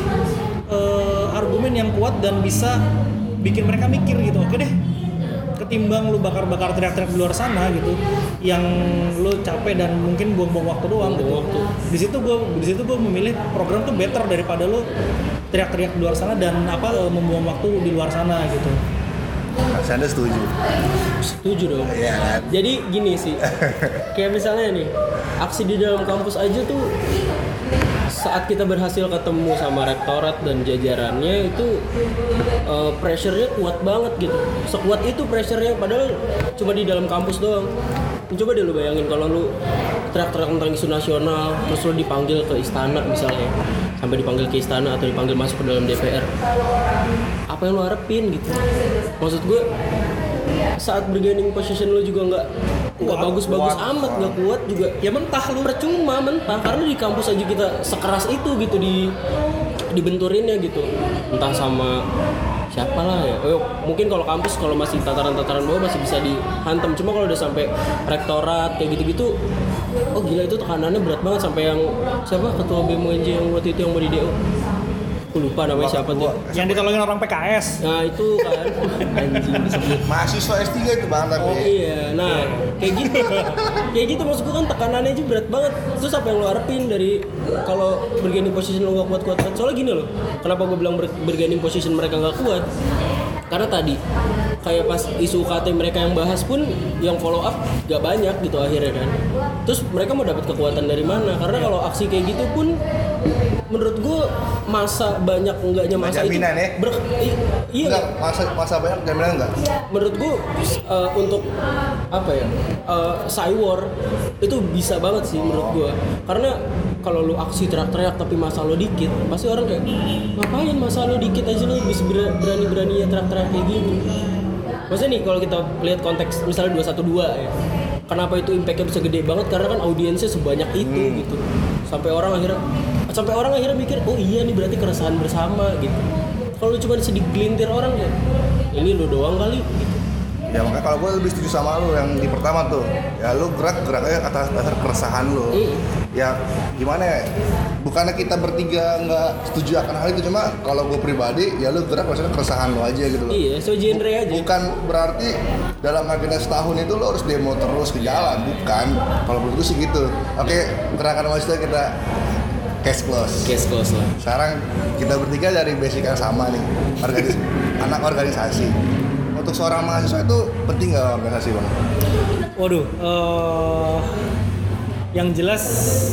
uh, argumen yang kuat dan bisa bikin mereka mikir gitu. Oke deh, ketimbang lu bakar-bakar teriak-teriak di luar sana gitu, yang lu capek dan mungkin buang-buang waktu doang gitu. Di situ gue, di situ gue memilih program tuh better daripada lu teriak-teriak di luar sana dan apa membuang waktu di luar sana gitu. Saya Anda setuju. Setuju dong. Iya kan? Jadi gini sih, kayak misalnya nih, aksi di dalam kampus aja tuh saat kita berhasil ketemu sama rektorat dan jajarannya itu uh, pressure-nya kuat banget gitu. Sekuat itu pressure-nya padahal cuma di dalam kampus doang. Coba deh lu bayangin kalau lu teriak-teriak tentang isu nasional terus lu dipanggil ke istana misalnya. Sampai dipanggil ke istana atau dipanggil masuk ke dalam D P R. Apa yang lu harapin gitu? Maksud gue saat bargaining position lu juga nggak nggak bagus-bagus amat, nggak kuat juga, ya mentah lu, percuma mentah, karena di kampus aja kita sekeras itu gitu di dibenturinnya gitu, entah sama siapa lah ya. Oh, mungkin kalau kampus kalau masih tataran-tataran bawah masih bisa dihantam. Cuma kalau udah sampai rektorat kayak gitu-gitu, oh gila itu tekanannya berat banget sampai yang siapa ketua B M U N J yang waktu itu yang mau di D O. Aku lupa namanya siapa tuh. Yang ditolongin orang P K S. Nah itu kan anjing disebut. Mahasiswa S tiga itu bang tapi. Oh iya, nah kayak gitu, kayak gitu maksud gue kan tekanannya aja berat banget. Terus apa yang lo harapin dari kalau bargaining position lo gak kuat-kuat kan? Soalnya gini loh, kenapa gue bilang bargaining position mereka gak kuat? Karena tadi kayak pas isu U K T mereka yang bahas pun yang follow up gak banyak gitu akhirnya kan. Terus mereka mau dapat kekuatan dari mana? Karena kalau aksi kayak gitu pun menurut gue masa banyak enggaknya masa itu jaminan, ya? ber, i- iya Enggak, masa masa banyak jaminan enggak? menurut gue uh, untuk apa ya uh, cywar itu bisa banget sih menurut gue karena kalau lu aksi teriak-teriak tapi masa lo dikit pasti orang kayak ngapain masa lo dikit aja lo bisa ber- berani-beraninya teriak-teriak kayak gini. Maksudnya nih kalau kita lihat konteks misalnya dua satu dua ya, kenapa itu impactnya bisa gede banget karena kan audiensnya sebanyak itu hmm. gitu sampai orang akhirnya sampai orang akhirnya mikir oh iya nih berarti keresahan bersama gitu. Kalau cuma sedih gelintir orang ya ini lu doang kali gitu. Ya makanya kalau gue lebih setuju sama lu yang di pertama tuh ya lu gerak geraknya atas dasar keresahan lu mm. ya gimana ya bukannya kita bertiga nggak setuju akan hal itu cuma kalau gue pribadi ya lu gerak maksudnya keresahan lu aja gitu loh. Iya so genre aja bukan berarti dalam agenda setahun itu lo harus demo terus ke jalan bukan kalau menurut gue sih gitu. Oke gerakan mahasiswa kita case close. Case close lah. Sekarang kita bertiga dari basic yang sama nih, organis- anak organisasi. Untuk seorang mahasiswa itu penting nggak organisasi bang? Waduh, uh, yang jelas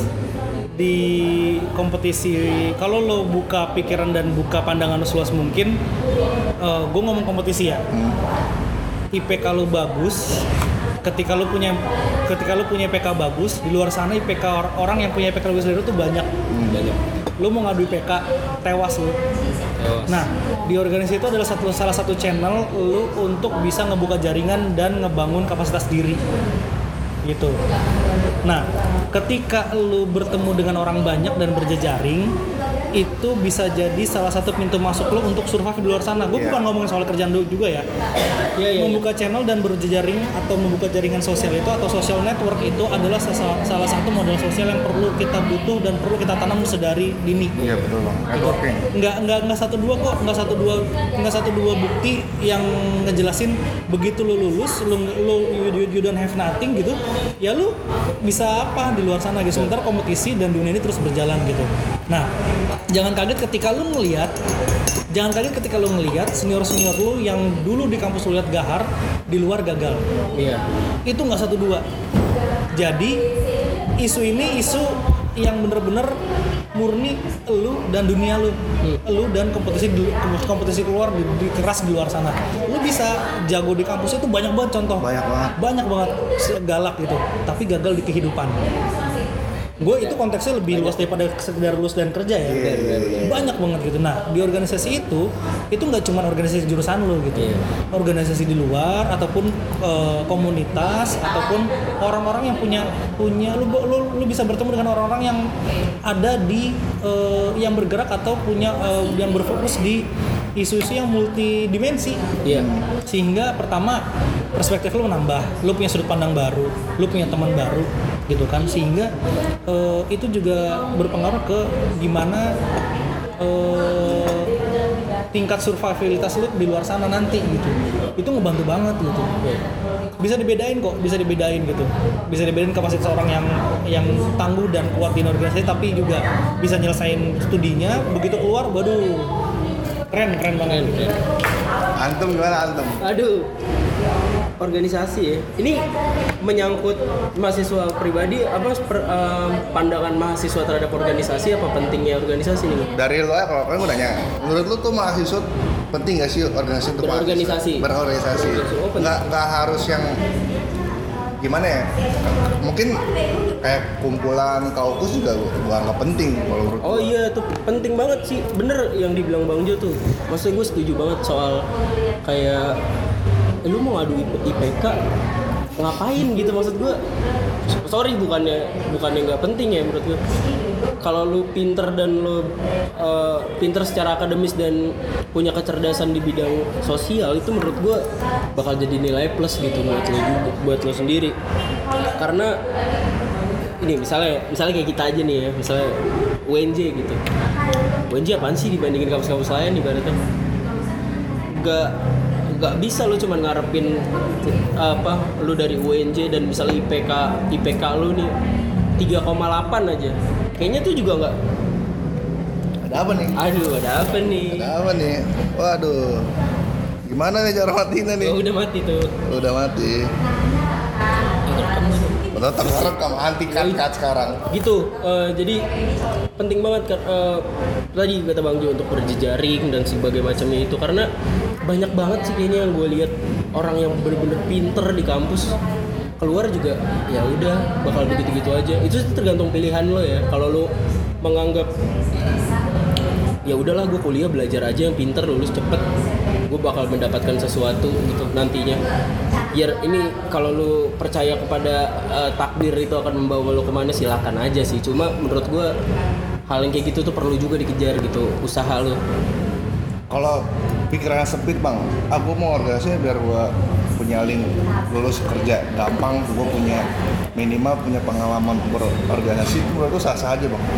di kompetisi kalau lo buka pikiran dan buka pandangan lo seluas mungkin, uh, gue ngomong kompetisi ya. Hmm. I P K lo bagus. Ketika lu punya ketika lu punya I P K bagus, di luar sana I P K or, orang yang punya I P K bagus dari lu tuh banyak. Hmm, banyak. Lu mau ngadu I P K, tewas lu. Tewas. Nah, di organisasi itu adalah satu salah satu channel lu untuk bisa ngebuka jaringan dan ngebangun kapasitas diri. Gitu. Nah, ketika lu bertemu dengan orang banyak dan berjejaring, itu bisa jadi salah satu pintu masuk lo untuk survive di luar sana. Gue yeah. bukan ngomongin soal kerjaan dulu juga ya. Yeah, yeah, membuka yeah. channel dan berjejaring atau membuka jaringan sosial itu atau social network itu adalah salah, salah satu modal sosial yang perlu kita butuh dan perlu kita tanam sedari dini. Iya yeah, betul bang. Networking. Nggak nggak nggak satu dua kok, nggak satu dua nggak satu dua bukti yang ngejelasin begitu lo lulus, lo lo you, you don't have nothing gitu, ya lo bisa apa di luar sana gitu. Sementara kompetisi dan dunia ini terus berjalan gitu. Nah, jangan kaget ketika lu ngelihat jangan kaget ketika lu ngelihat senior-senior lu yang dulu di kampus lu lihat gahar di luar gagal. Iya. Itu nggak satu dua. Jadi isu ini isu yang bener-bener murni lu dan dunia lu, hmm. lu dan kompetisi kompetisi keluar di, di keras di luar sana. Lu bisa jago di kampus itu banyak banget contoh. Banyak banget. Banyak banget galak gitu, tapi gagal di kehidupan. Gue itu konteksnya lebih luas daripada sekedar lulus dan kerja ya. Yeah, yeah, yeah. Banyak banget gitu. Nah, di organisasi itu itu nggak cuma organisasi jurusan lo gitu. Yeah. Organisasi di luar ataupun uh, komunitas ataupun orang-orang yang punya punya lu, lu lu bisa bertemu dengan orang-orang yang ada di uh, yang bergerak atau punya uh, yang berfokus di isu-isu yang multidimensi. Iya. Yeah. Sehingga pertama perspektif lu menambah, lu punya sudut pandang baru, lu punya teman baru gitu kan, sehingga uh, itu juga berpengaruh ke gimana uh, tingkat survivalitas lu di luar sana nanti gitu. Itu ngebantu banget gitu. Bisa dibedain kok, bisa dibedain gitu. Bisa dibedain kapasitas orang yang yang tangguh dan kuat di organisasi tapi juga bisa nyelesain studinya, begitu keluar waduh keren keren banget. Keren. Antum gimana antum? Aduh. Organisasi ya. Ini menyangkut mahasiswa pribadi apa per, um, pandangan mahasiswa terhadap organisasi apa pentingnya organisasi nih? Dari lo ya kalau kan gue nanya, menurut lo tuh mahasiswa penting gak sih organisasi untuk berorganisasi? Berorganisasi. Oh, nggak nggak harus yang gimana ya? Mungkin kayak kumpulan kaukus juga gue nggak penting kalau menurut. Oh iya tuh penting banget sih, bener yang dibilang Bang Jo tuh. Maksudnya gue setuju banget soal kayak eh, lu mau ngadu I P K ngapain gitu maksud gue. Sorry bukannya bukannya nggak penting ya menurut gue. kalau lu pinter dan lu uh, pinter secara akademis dan punya kecerdasan di bidang sosial, itu menurut gue bakal jadi nilai plus gitu buat lu juga, buat lu sendiri. Karena ini misalnya misalnya kayak kita aja nih ya, misalnya U N J gitu. U N J apaan sih dibandingin kampus-kampus lain ibaratnya? Gak gak bisa lu cuman ngarepin apa lu dari U N J dan misalnya I P K I P K lu nih tiga koma delapan aja. Kayaknya tuh juga nggak. Ada apa nih? Aduh, ada apa nih? Ada apa nih? Waduh. Gimana nih cara matinya nih? Oh, udah mati tuh. Udah mati. Betul, terrekam anti cut sekarang. Gitu. Uh, jadi penting banget kan uh, tadi kata Bang Jo untuk berjejaring dan sebagainya macamnya itu, karena banyak banget sih kayaknya yang gue lihat orang yang bener-bener pinter di kampus keluar juga ya udah bakal begitu-gitu aja. Itu tergantung pilihan lo ya. Kalau lo menganggap ya udahlah gue kuliah belajar aja yang pinter, lulus cepet, gue bakal mendapatkan sesuatu gitu nantinya. Biar ini kalau lo percaya kepada uh, takdir itu akan membawa lo kemana, silakan aja sih. Cuma menurut gue hal yang kayak gitu tuh perlu juga dikejar gitu, usaha lo. Kalau pikirannya sempit bang, aku mau organisasi biar gue punya link lulus kerja gampang, gue punya minimal punya pengalaman berorganisasi, menurut gue sah-sah aja bang.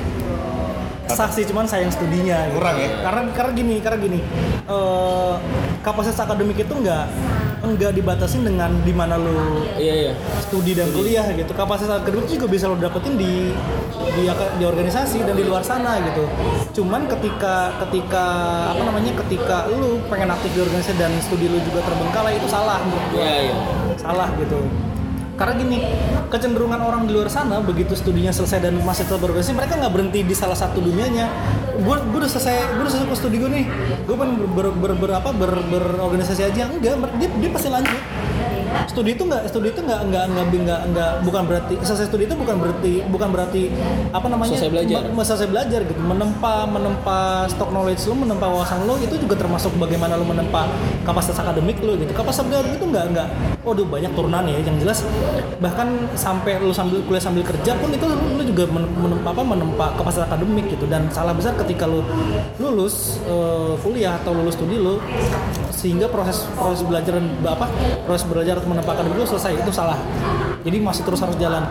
Saksi cuman sayang studinya gitu. Kurang ya? Karena karena gini, karena gini, uh, kapasitas akademik itu enggak enggak dibatasin dengan di mana lu Iya iya. studi dan kuliah gitu. Kapasitas akademik juga bisa lo dapetin di di, di organisasi dan di luar sana gitu. Cuman ketika ketika apa namanya ketika lu pengen aktif di organisasi dan studi lu juga terbengkalai, itu salah menurut gua. Iya iya. Salah gitu. Karena gini, kecenderungan orang di luar sana begitu studinya selesai dan masih tetap berorganisasi, mereka nggak berhenti di salah satu dunianya. Gue gue udah selesai, gue udah selesai studi gue nih, gue pengen ber, ber, ber, ber, apa, ber, berorganisasi aja. Enggak, dia, dia pasti lanjut. Studi itu nggak, studi itu nggak nggak nggak nggak nggak bukan berarti selesai studi itu bukan berarti bukan berarti apa namanya selesai belajar, me, selesai belajar gitu. Menempa menempa stock knowledge lo, menempa wawasan lo, itu juga termasuk bagaimana lo menempa kapasitas akademik lo gitu. Kapasitas akademik itu nggak nggak, waduh banyak turunan ya. Yang jelas bahkan sampai lo sambil kuliah sambil kerja pun itu lo juga menempa apa menempa kapasitas akademik gitu. Dan salah besar ketika lo lulus uh, kuliah atau lulus studi lo sehingga proses proses belajar dan apa proses belajar atau menempa akademik lo selesai, itu salah. Jadi masih terus harus jalan.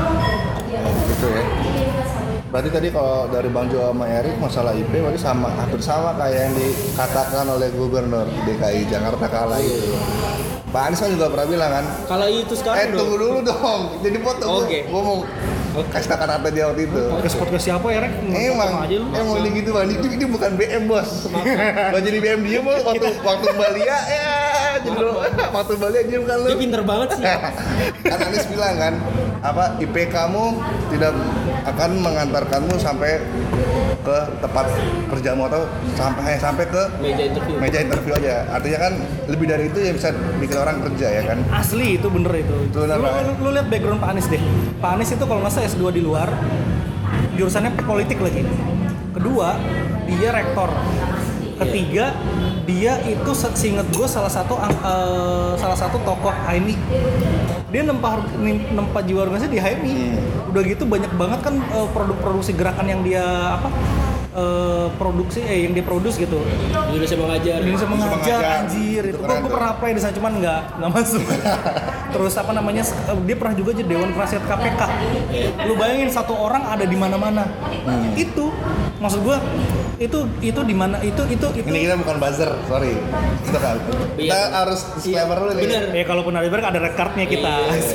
Oh, gitu ya. Berarti tadi kalau dari Bang Jo sama Erik masalah I P berarti sama, hampir sama kayak yang dikatakan oleh Gubernur D K I Jakarta kala itu. Pak Anies kan juga pernah bilang kan. Kalau itu sekarang Eh tunggu dulu dong. Jadi foto Oke. okay. Gue mau kasih kata-kata dia waktu itu. Podcast podcast siapa ya, Rek? Emang, emang ini gitu bang. Ini, ini bukan B M bos. Gak jadi B M dia bos. Waktu waktu Balia ya. Jadi waktu Balia dia bukan lu. Dia pinter banget sih. Kan Anies bilang kan, apa I P kamu tidak akan mengantarkanmu sampai ke tempat kerjamu atau sampai sampai ke Meja interview. meja interview aja. Artinya kan lebih dari itu yang bisa bikin orang kerja ya kan. Asli itu bener itu. Itu bener, lu, Pak. lu, lu lihat background Pak Anies deh. Pak Anies itu kalau nggak salah S dua di luar, jurusannya politik lagi. Kedua, dia rektor. Ketiga, dia itu seinget gue salah satu uh, salah satu tokoh H M I. Dia nempa nempa jiwa organisasi di H M I. Hmm. Udah gitu banyak banget kan uh, produk-produksi gerakan yang dia apa? Uh, produksi eh yang dia produce gitu. Indonesia mengajar. Indonesia mengajar, mengajar. anjir itu. Gue gue pernah apply di sana cuman nggak nggak masuk. Terus apa namanya? Dia pernah juga jadi Dewan Penasihat K P K. Lu bayangin satu orang ada di mana-mana. Hmm. Itu maksud gue itu itu di mana itu itu itu. Ini kita bukan buzzer, sorry. Kita kan. Kita Iya. harus disclaimer dulu nih. Bener. Ya kalaupun ada berarti ada recordnya kita.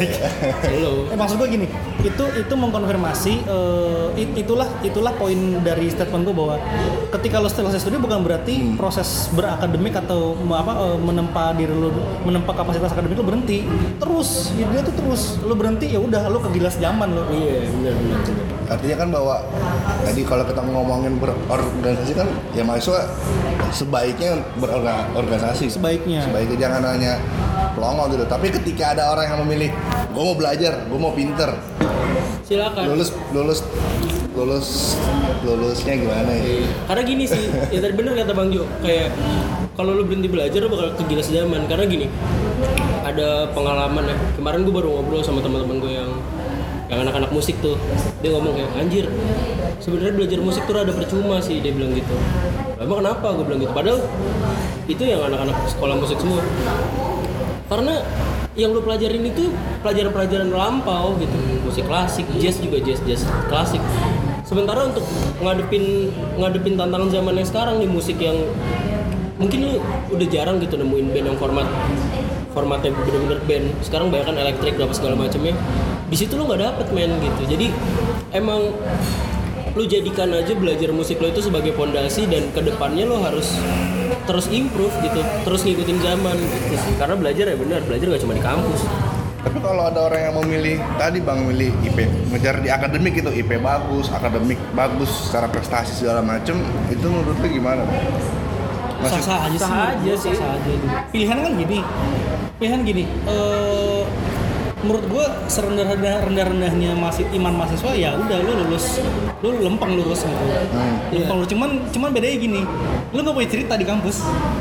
Halo. Eh, maksud gue gini, itu itu mengkonfirmasi uh, it, itulah itulah poin dari statement gue bahwa ketika lo selesai studi bukan berarti hmm. proses berakademik atau apa uh, menempa diri lo, menempa kapasitas akademik lo berhenti. Terus, ya dia tuh terus lo berhenti ya udah lo kegilas zaman lo. Iya, benar benar. Artinya kan bahwa tadi kalau kita ngomongin berorganisasi kan ya mahasiswa sebaiknya berorganisasi. Sebaiknya. Sebaiknya jangan hanya pelongo gitu. Tapi ketika ada orang yang memilih, gue mau belajar, gue mau pinter, Silakan. lulus lulus lulus lulusnya gimana ya? Karena gini sih, ya tadi bener kata Bang Jo, kayak kalau lu berhenti belajar lu bakal kegilas zaman. Karena gini, ada pengalaman ya. Kemarin gue baru ngobrol sama teman-teman gue yang yang anak-anak musik tuh, dia ngomong kayak anjir sebenarnya belajar musik tuh rada percuma sih, dia bilang gitu. Emang kenapa? Gue bilang gitu. Padahal itu yang anak-anak sekolah musik semua. Karena yang lu pelajarin itu pelajaran-pelajaran lampau gitu, musik klasik, jazz juga jazz jazz klasik. Sementara untuk ngadepin ngadepin tantangan zaman yang sekarang nih, musik yang mungkin lu udah jarang gitu nemuin band yang format formatnya bener-bener band. Sekarang banyak kan elektrik apa segala macamnya. Di situ lu nggak dapet men gitu. Jadi emang lu jadikan aja belajar musik lo itu sebagai fondasi, dan kedepannya lo harus terus improve gitu, terus ngikutin zaman gitu sih. Karena belajar ya benar, belajar gak cuma di kampus. Tapi kalau ada orang yang memilih tadi bang milih I P, ngejar di akademik itu I P bagus, akademik bagus, secara prestasi segala macem, itu menurut lu gimana? Masih Sah-sah aja sah sih. aja sih. Sah aja. Pilihan kan gini. Pilihan gini. Eh menurut gue serendah-rendah rendah-rendahnya masih iman mahasiswa ya udah lu lulus, lu lempeng lurus gitu. Hmm. Lempeng lurus. Cuman cuman bedanya gini. Lu nggak punya cerita di kampus.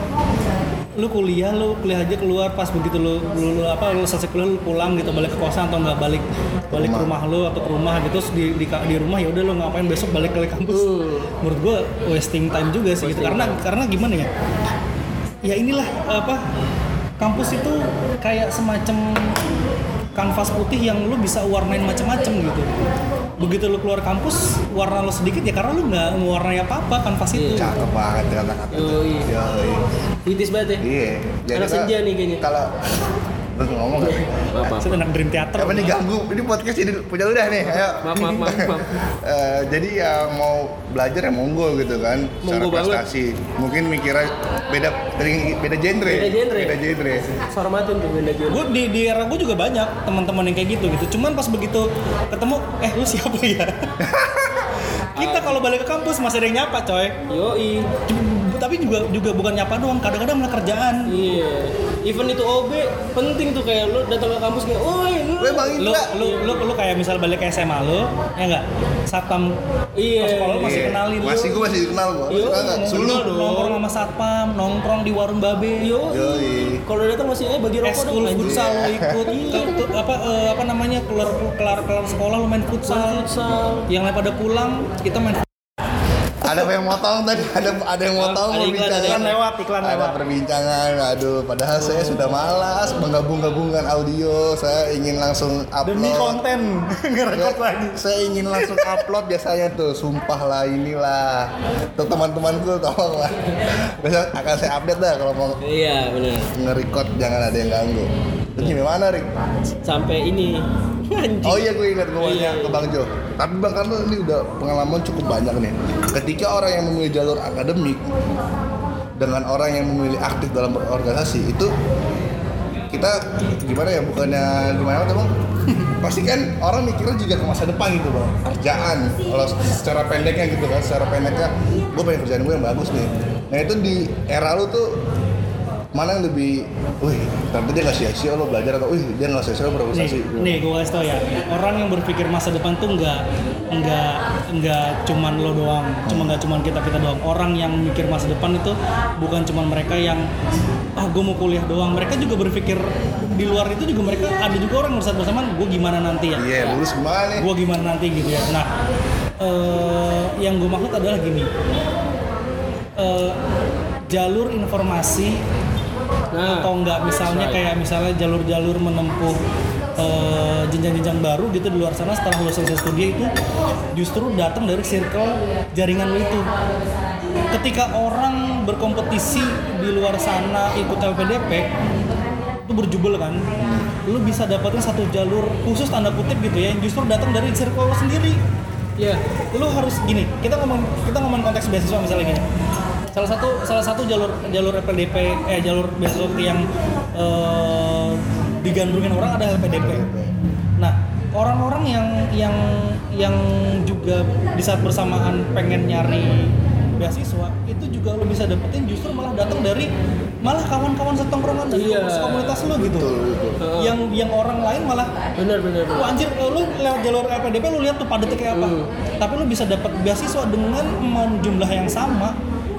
Lu kuliah, lu kuliah aja keluar, pas begitu lu, lu, lu apa lu selesai kuliah lu pulang gitu, balik ke kosan atau nggak balik balik ke rumah lu atau ke rumah gitu, terus di di, di rumah ya udah lu ngapain, besok balik ke kampus. Hmm. Menurut gua wasting time juga sih gitu. Karena karena gimana ya? Ya inilah apa, kampus itu kayak semacam kanvas putih yang lu bisa warnain macam-macam gitu. Begitu lu keluar kampus, warna lu sedikit ya karena lu nggak mewarnai apa-apa kanvas itu. cakep banget kata-kata itu. Yoi. Yoi. Titis banget ya. Iya. Anak kan senja nih kayaknya. Kalau lu ngomong nggak? Maaf, Saya anak dream theater. Apa nih ganggu? Ini podcast jadi punya udah nih. Ayo. maaf, maaf, maaf, maaf. Eh, jadi yang mau belajar ya monggo gitu kan, secara Monggo banget. prestasi. Mungkin mikirnya beda dari beda genre. Beda genre. Beda genre. Hormatin tuh benda jual. Gue di, di era gue juga banyak teman-teman yang kayak gitu gitu. Cuman pas begitu ketemu, eh lu siapa ya? Kita kalau balik ke kampus masih ada yang nyapa coy. Yoi. Tapi juga juga bukan nyapa doang, kadang-kadang malah kerjaan. Iya. Even itu O B penting tuh, kayak lu datang ke kampus kayak, "Woi, lu." Gue Bang Lu, Indra. lu, lu, lu kayak misal balik ke S M A lu, ya enggak? Satpam Iya. pas sekolah lu masih Iya. kenalin lu. Masih gue masih kenal gue. Iya, Masih enggak? mau Sulu. kenal dong. Nongkrong sama satpam, nongkrong di warung babe. Yoi. Yoi. Kalau datang masih eh bagi rokok Eskul dong. futsal lu Iya. ikut, ke- ke- apa eh, apa namanya keluar kelar kelar sekolah lu main futsal. Futsal. Yang lain pada pulang, kita main Ada yang motong tadi, ada ada yang motong Ada iklan, perbincangan. ada iklan lewat, iklan Ada lewat. perbincangan, aduh. Padahal saya sudah malas menggabung-gabungkan audio. Saya ingin langsung upload. demi konten ngerekord Saya- lagi. Saya ingin langsung upload biasanya tuh, sumpah lah inilah. Tuh teman-temanku tolong lah. Besok akan saya update dah kalau mau Iya, benar. nge-record, jangan ada yang ganggu. Terus gimana, Rik? Sampai ini. Anjing. Oh iya, gue ingat gue Iya, nanya iya. ke Bang Jo. Tapi Bang Karno ini udah pengalaman cukup banyak nih. Ketika orang yang memilih jalur akademik dengan orang yang memilih aktif dalam berorganisasi itu, kita gimana ya, bukannya gimana tuh Bang? Pasti kan orang mikirnya juga ke masa depan gitu Bang. Kerjaan, kalau secara pendeknya gitu kan, secara pendeknya gue pengen kerjaan gue yang bagus nih. Nah itu di era lu tuh mana yang lebih, wih, ternyata dia nggak sia-sia lo belajar, atau wih dia nggak sia-sia Nih, berorganisasi. nih gue kasih tau ya, orang yang berpikir masa depan tuh nggak nggak nggak cuman lo doang, cuma nggak cuman kita kita doang. Orang yang mikir masa depan itu bukan cuman mereka yang ah gue mau kuliah doang. Mereka juga berpikir di luar itu juga, mereka ada juga orang yang bersamaan gue gimana nanti ya. Iya, lulus gimana nih? Gue gimana nanti gitu ya. Nah, eh, yang gue maksud adalah gini, eh, jalur informasi Nah, atau enggak misalnya right. kayak misalnya jalur-jalur menempuh eh, jenjang-jenjang baru gitu di luar sana setelah lulus selesai studi itu justru datang dari circle jaringan lu itu. Ketika orang berkompetisi di luar sana ikut L P D P itu berjubel kan, lu bisa dapetin satu jalur khusus tanda kutip gitu ya, yang justru datang dari circle lu sendiri. Iya. Lu harus gini, kita ngomong kita ngomong konteks beasiswa misalnya gini. Salah satu salah satu jalur jalur L P D P eh jalur beasiswa yang eh, digandrungin orang ada L P D P. Nah, orang-orang yang yang yang juga di saat bersamaan pengen nyari beasiswa itu juga lo bisa dapetin justru malah datang dari malah kawan-kawan setongkrongan dari Iya. komunitas lo gitu. Betul, betul. Yang yang orang lain malah Benar, benar. benar. wah anjir, lu lewat jalur L P D P lu lihat tuh padatnya kayak apa. Hmm. Tapi lu bisa dapat beasiswa dengan men- jumlah yang sama,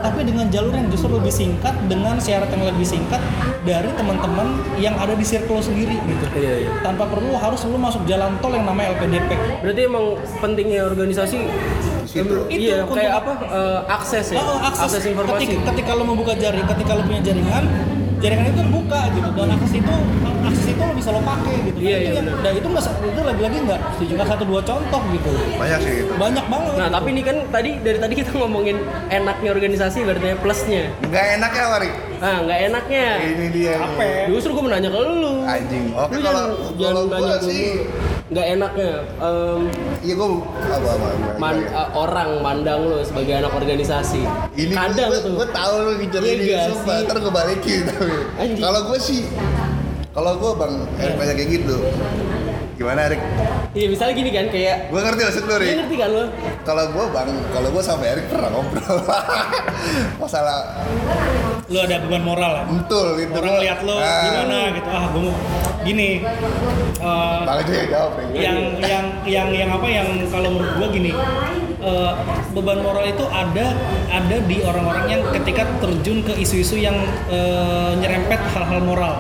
tapi dengan jalur yang justru lebih singkat, dengan syarat yang lebih singkat dari teman-teman yang ada di circle sendiri gitu. Iya, iya. Tanpa perlu harus lu masuk jalan tol yang namanya L P D P. Berarti emang pentingnya organisasi Situ. iya Itu kayak untuk- apa eh, akses ya, Oh, akses, informasi. Ketika, ketika lo membuka jaring, ketika lo punya jaringan, jaringan itu terbuka gitu, dan akses itu akses itu lo bisa lo pakai gitu. Iya, Nah, iya, itu yang- benar. dan itu nggak itu lagi-lagi nggak nggak satu dua contoh gitu. Banyak sih itu. Banyak banget. Nah, gitu. tapi ini kan tadi dari tadi kita ngomongin enaknya organisasi berarti plusnya. Nggak enak ya Wari? Ah, nggak enaknya. Ini dia. Apa? Justru gue menanya ke lu. Anjing. Oke Lu kalau jangan- kalau jangan gua nanya ke sih, gua. Nggak enaknya em, iya gua apa apa. apa, man- apa. eh, orang mandang lu sebagai anak organisasi. Ini Kadang gua, tuh. gua tahu lu ngincer Iya ini nggak sumpah, sih? ntar gua balikin tapi. Anjing. Kalau gua sih, kalau gua bang Erik banyak kayak gitu. Gimana Erik? Iya, misalnya gini kan kayak Gua ngerti maksud lu Lu Rik. ngerti kan lu? Kalau gua bang, kalau gua sama Erik pernah ngobrol masalah Lo ada beban moral ya. betul itu. Orang lihat lo Ah, gimana gitu. Ah, gue mau gini. eh, Bang aja yang jawab Rik. yang yang yang yang apa yang kalau menurut gua gini, eh, beban moral itu ada ada di orang-orang yang ketika terjun ke isu-isu yang eh, nyerempet hal-hal moral.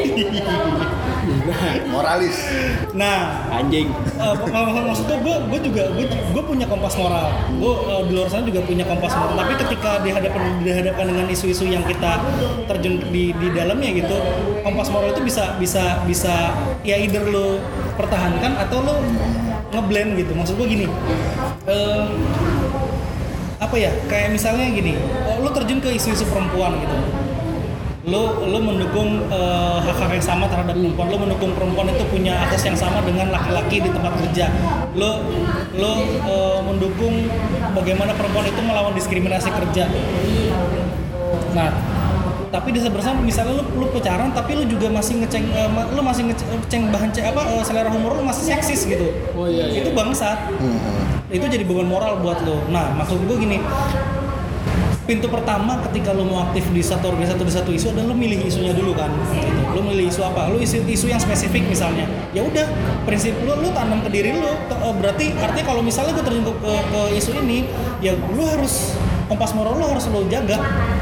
Moralis. Nah, Anjing. uh, mak- mak- maksud gue, gue, gue juga, gue, gue punya kompas moral. Gue uh, di luar sana juga punya kompas moral. Tapi ketika dihadapkan dihadapkan dengan isu-isu yang kita terjun di di dalamnya gitu, kompas moral itu bisa bisa bisa ya either lo pertahankan atau lo ngeblend gitu. Maksud gue gini, um, apa ya? Kayak misalnya gini, uh, lo terjun ke isu-isu perempuan gitu. lo lo mendukung uh, hak-hak yang sama terhadap perempuan, lo mendukung perempuan itu punya akses yang sama dengan laki-laki di tempat kerja, lo lo uh, mendukung bagaimana perempuan itu melawan diskriminasi kerja. Nah, tapi di seberang misalnya lo lo pacaran tapi lo juga masih ngeceng uh, ma- lo masih ngeceng bahan ce- apa uh, selera humor lo masih seksis gitu. Oh, iya, iya. Itu bangsat. Itu jadi beban moral buat lo. Nah, maksud gue gini, pintu pertama ketika lo mau aktif di satu organisasi atau di satu isu adalah lo milih isunya dulu kan, gitu. Lo milih isu apa? Lo isu isu yang spesifik misalnya. Ya udah, prinsip lo lo tanam ke diri lo. Berarti artinya kalau misalnya gue terjun ke, ke, ke isu ini, ya lo harus kompas moral lo harus lo jaga.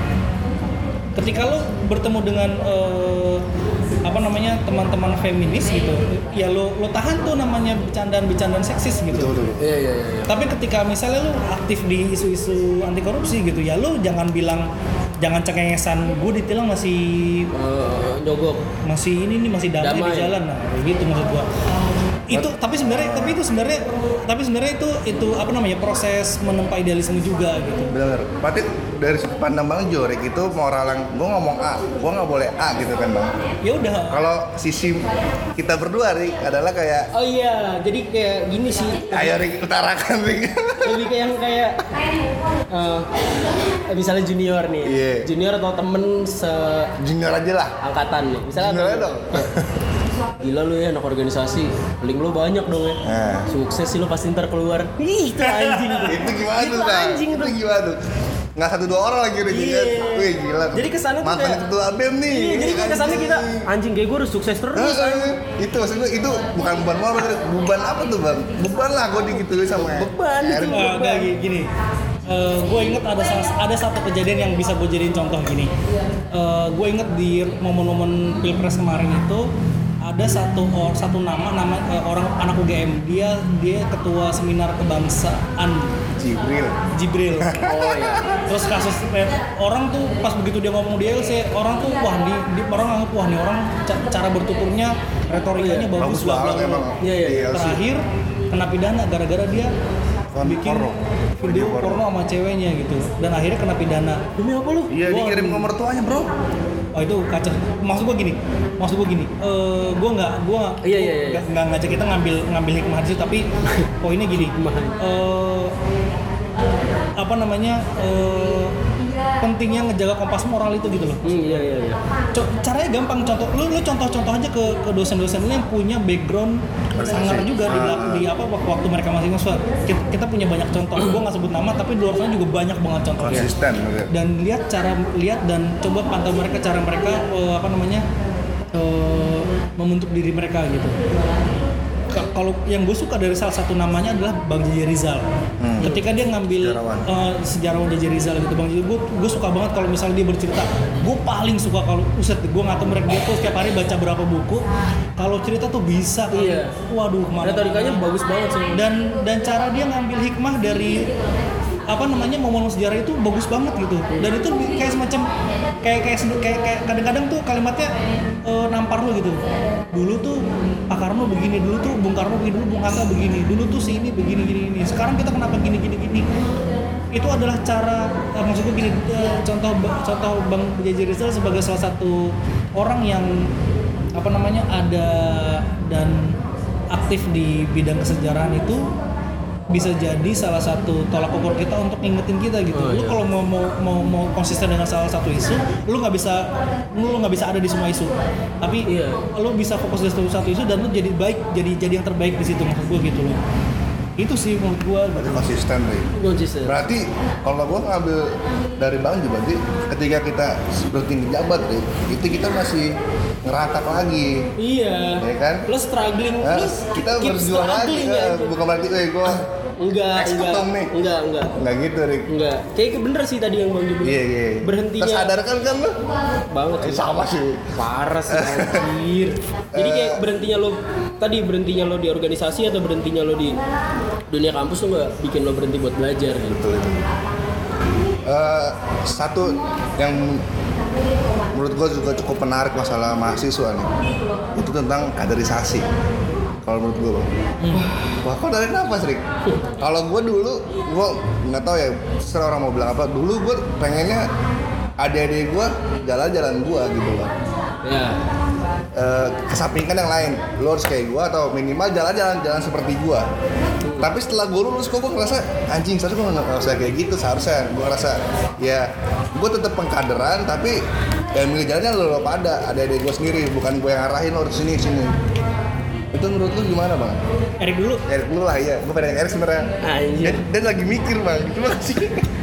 Ketika lo bertemu dengan eh, apa namanya teman-teman feminis gitu, ya lo lo tahan tuh namanya bercandaan-bercandaan seksis gitu. Betul, betul. Iya, iya, iya. Tapi ketika misalnya lu aktif di isu-isu anti korupsi gitu ya, lu jangan bilang, jangan cengengesan gue ditilang masih Eh, nyogok. masih ini nih masih damai, Damai. di jalan, nah kayak gitu maksud gua. Itu tapi sebenarnya tapi itu sebenarnya tapi sebenarnya itu itu apa namanya proses menempa idealisme juga gitu. Bener. Berarti dari sudut pandang Bang Jorik itu moral yang gue ngomong A, gue nggak boleh A gitu kan Bang. Ya udah. Kalau sisi kita berdua Rik adalah kayak Oh iya, jadi kayak gini sih. ayo Rik utarakan Rik. Lebih kayak yang kayak eh, misalnya junior nih. Iya. Junior atau temen Junior aja lah. seangkatan nih. Misalnya Junior aja dong. Gila lu ya anak organisasi, link lu banyak dong ya. Nah. Sukses sih lu pasti ntar keluar. Ih, itu anjing tuh. Itu gimana Itu tuh Bang? anjing Itu tuh. gimana tuh? Nggak satu dua orang lagi udah Iya. jadi. Wih gila. Jadi kesannya tuh mantan kayak- ketua B E M nih. Iya, jadi kayak kesannya kita anjing kayak gue harus sukses terus. Nah, anjing. itu maksud gue itu bukan beban moral, berarti beban apa tuh Bang? Beban lah gue digituin sama Beban itu. Erik. Uh, gak gini, gue inget ada salah- ada satu kejadian yang bisa gue jadiin contoh gini. Gue inget di momen-momen pilpres kemarin itu ada satu or, satu nama nama eh, orang anak U G M, dia dia ketua seminar kebangsaan Jibril. Jibril. Oh iya. Terus kasus eh, orang tuh pas begitu dia ngomong di L C, orang tuh wah nih di, orang nganggap wah nih orang ca- cara bertuturnya retorikanya bagus, Bagus bla, bla, banget bla. emang. Iya, iya. Iya, sih. Terakhir kena pidana gara-gara dia Kon- bikin porno. video Video porno. porno sama ceweknya gitu, dan akhirnya kena pidana. Demi apa lu? Iya Gua- dikirim ke mertuanya bro. Oh itu kacau. Maksud gua gini, maksud gua gini, eh gua nggak, gua Iya, iya, iya. nggak nggak ngajak kita ngambil ngambil hikmah di situ, tapi poinnya gini, Hikmah. eh apa namanya, eh pentingnya ngejaga kompas moral itu gitu loh. Hmm, iya iya iya. Co- caranya gampang, contoh lu lu contoh-contoh aja ke ke dosen-dosen lu yang punya background sangar juga di, belak- di apa waktu mereka masih mahasiswa. Kita, kita punya banyak contoh. Gua nggak sebut nama tapi di luar sana juga banyak banget contohnya. Konsisten. bener. Dan lihat cara lihat dan coba pantau mereka, cara mereka eh, apa namanya eh, membentuk diri mereka gitu. K- kalau yang gue suka dari salah satu namanya adalah Bang J J Rizal. Hmm. Ketika dia ngambil Sejarawan. uh, sejarawan J J Rizal gitu, Bang J J, gue gue suka banget kalau misalnya dia bercerita. Gue paling suka kalau uset, gue nggak tahu mereka dia tuh setiap hari baca berapa buku. Kalau cerita tuh bisa. Kali. Iya. Waduh, mana. Retorikanya bagus banget sih. Dan dan cara dia ngambil hikmah dari apa namanya momen sejarah itu bagus banget gitu. Dan itu kayak semacam kayak kayak kayak, kayak kadang-kadang tuh kalimatnya uh, nampar lo gitu. Dulu tuh Pak Karno begini, dulu tuh Bung Karno begini, dulu Bung Hatta begini, dulu tuh si ini begini gini gini. Sekarang kita kenapa gini gini gini? Itu adalah cara uh, maksud gue gini uh, contoh contoh Bang J J Rizal sebagai salah satu orang yang apa namanya ada dan aktif di bidang kesejarahan itu bisa jadi salah satu tolak ukur kita untuk ngingetin kita gitu. Oh, lu iya. kalau mau, mau mau mau konsisten dengan salah satu isu, lu nggak bisa lu nggak bisa ada di semua isu. Tapi Iya. lu bisa fokus di satu isu dan lu jadi baik, jadi jadi yang terbaik di situ maksud gua gitu loh. Itu sih menurut gua. Berarti konsisten deh. Konsisten. Berarti kalau gua ngambil dari Bang juga berarti ketika kita berhenti menjabat deh, itu kita masih ngerangkak lagi. Iya. Ya kan? Lo struggling, Nah, plus kita keep berjuang lagi, struggling, eh, ya. bukan berarti, eh gua Enggak, Next enggak, ketong nih. enggak, enggak, nggak gitu, Rik. enggak. Kayak bener sih tadi yang Bang Ju bilang. Iya, iya. Berhentinya Tersadarkan kan lo? banget Eh, sih. sama sih. Parah sih anjir. Jadi kayak berhentinya lo tadi berhentinya lo di organisasi atau berhentinya lo di dunia kampus tuh nggak bikin lo berhenti buat belajar gitu. Betul itu. Eh, satu yang menurut gue juga cukup menarik masalah mahasiswa nih, itu tentang kaderisasi. Kalau menurut gue, Bang. Wah, kok tarik nafas, Rik? Kalau gue dulu, gue nggak tahu ya, serah orang mau bilang apa. Dulu gue pengennya adik-adik gue jalan-jalan gue gitu loh. Ya. Uh, kesampingkan yang lain, lo harus kayak gue atau minimal jalan-jalan jalan seperti gue. Tapi setelah gue lulus, kok gue ngerasa anjing, seharusnya gue nggak ngerasa kayak gitu. Seharusnya gue ngerasa ya gue tetap pengkaderan, tapi yang milih jalannya lo, lo pada adik-adik gue sendiri, bukan gue yang arahin lo harus sini sini. Itu menurut lu gimana, Bang? Erik dulu. Erik dulu lah, iya. Gue pengen Erik sebenarnya. Anjir. Dan, dan lagi mikir, Bang. Cuma sih.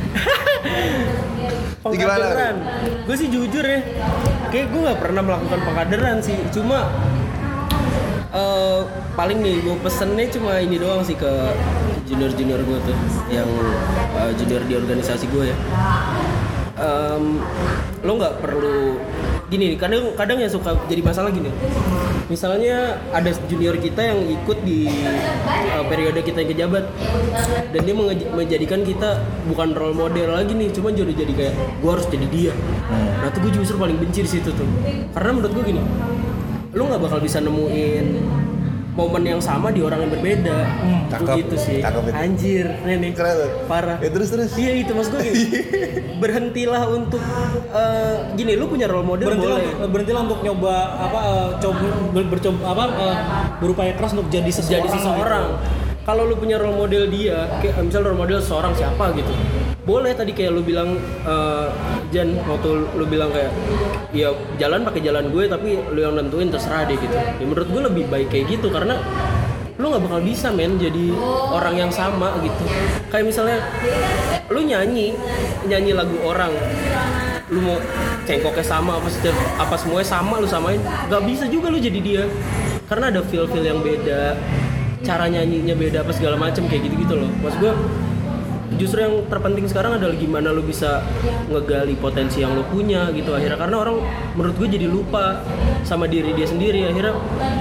Pengkaderan. Gue sih jujur ya, kayak gue nggak pernah melakukan pengkaderan sih. Cuma uh, paling nih gue pesennya cuma ini doang sih ke junior-junior gue tuh, yang uh, junior di organisasi gue ya. Um, lo nggak perlu gini, kadang kadang yang suka jadi masalah gini. Misalnya ada junior kita yang ikut di uh, periode kita yang kejabat, dan dia menge- menjadikan kita bukan role model lagi nih, cuma jadi jadi kayak gue harus jadi dia. Hmm. Nah tuh gue justru paling benci di situ tuh, karena menurut gue gini, lu nggak bakal bisa nemuin momen yang sama di orang yang berbeda. Hmm, cakep, gitu sih. Cakep itu. Anjir, nih Keren tuh. parah. Ya terus terus. Iya itu mas gue gini. Berhentilah untuk uh, gini, lu punya role model Berhentilah, boleh. berhentilah untuk nyoba apa uh, coba ber, bercoba apa uh, berupaya keras untuk jadi seseorang. Jadi seseorang. Kalau lu punya role model dia, kayak misal role model seorang siapa gitu. Boleh tadi kayak lu bilang uh, Jan, waktu lu bilang kayak ya jalan pakai jalan gue tapi lu yang nentuin, terserah deh gitu. Ya menurut gue lebih baik kayak gitu, karena lu nggak bakal bisa men jadi orang yang sama gitu. Kayak misalnya lu nyanyi nyanyi lagu orang, lu mau cengkoknya sama apa setiap apa semuanya sama lu samain, nggak bisa juga lu jadi dia, karena ada feel feel yang beda, cara nyanyinya beda apa segala macam kayak gitu gitu loh. Maksud gue justru yang terpenting sekarang adalah gimana lu bisa ngegali potensi yang lu punya gitu akhirnya, karena orang menurut gue jadi lupa sama diri dia sendiri akhirnya.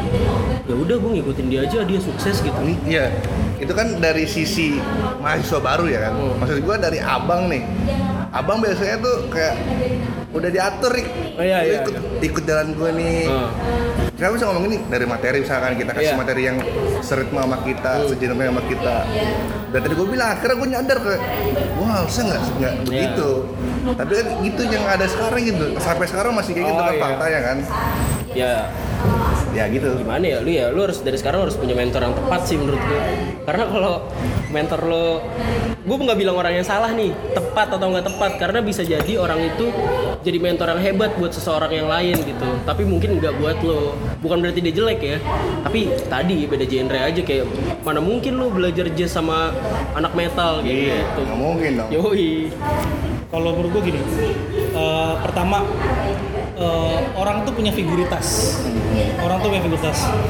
Ya udah gue ngikutin dia aja, dia sukses gitu. Iya, itu kan dari sisi mahasiswa baru ya kan. Hmm. Maksud gue dari abang nih. Abang biasanya tuh kayak udah diatur, Rik. Oh, iya, iya, ikut, iya. ikut jalan gue nih. Hmm. Kita bisa ngomong ini dari materi, misalkan kita kasih yeah. materi yang seritme sama kita, hmm. sejenisnya sama kita. Dan tadi gue bilang, akhirnya gue nyadar kayak, wah harusnya nggak nggak yeah. begitu. Tapi kan gitu yang ada sekarang gitu. Sampai sekarang masih kayak gitu oh, kan iya. faktanya kan. Ya. Ya gitu. Gimana ya, lu ya lu harus dari sekarang harus punya mentor yang tepat sih menurut gue. Karena kalau mentor lo, gue nggak bilang orang yang salah nih, tepat atau nggak tepat, karena bisa jadi orang itu jadi mentor yang hebat buat seseorang yang lain gitu. Tapi mungkin nggak buat lo. Bukan berarti dia jelek ya. Tapi tadi beda genre aja, kayak mana mungkin lo belajar jazz sama anak metal kayak iya, gitu. Nggak mungkin dong. Yoi. Kalau menurut gue gini, uh, pertama uh, orang tuh punya figuritas, orang tuh punya figuritas.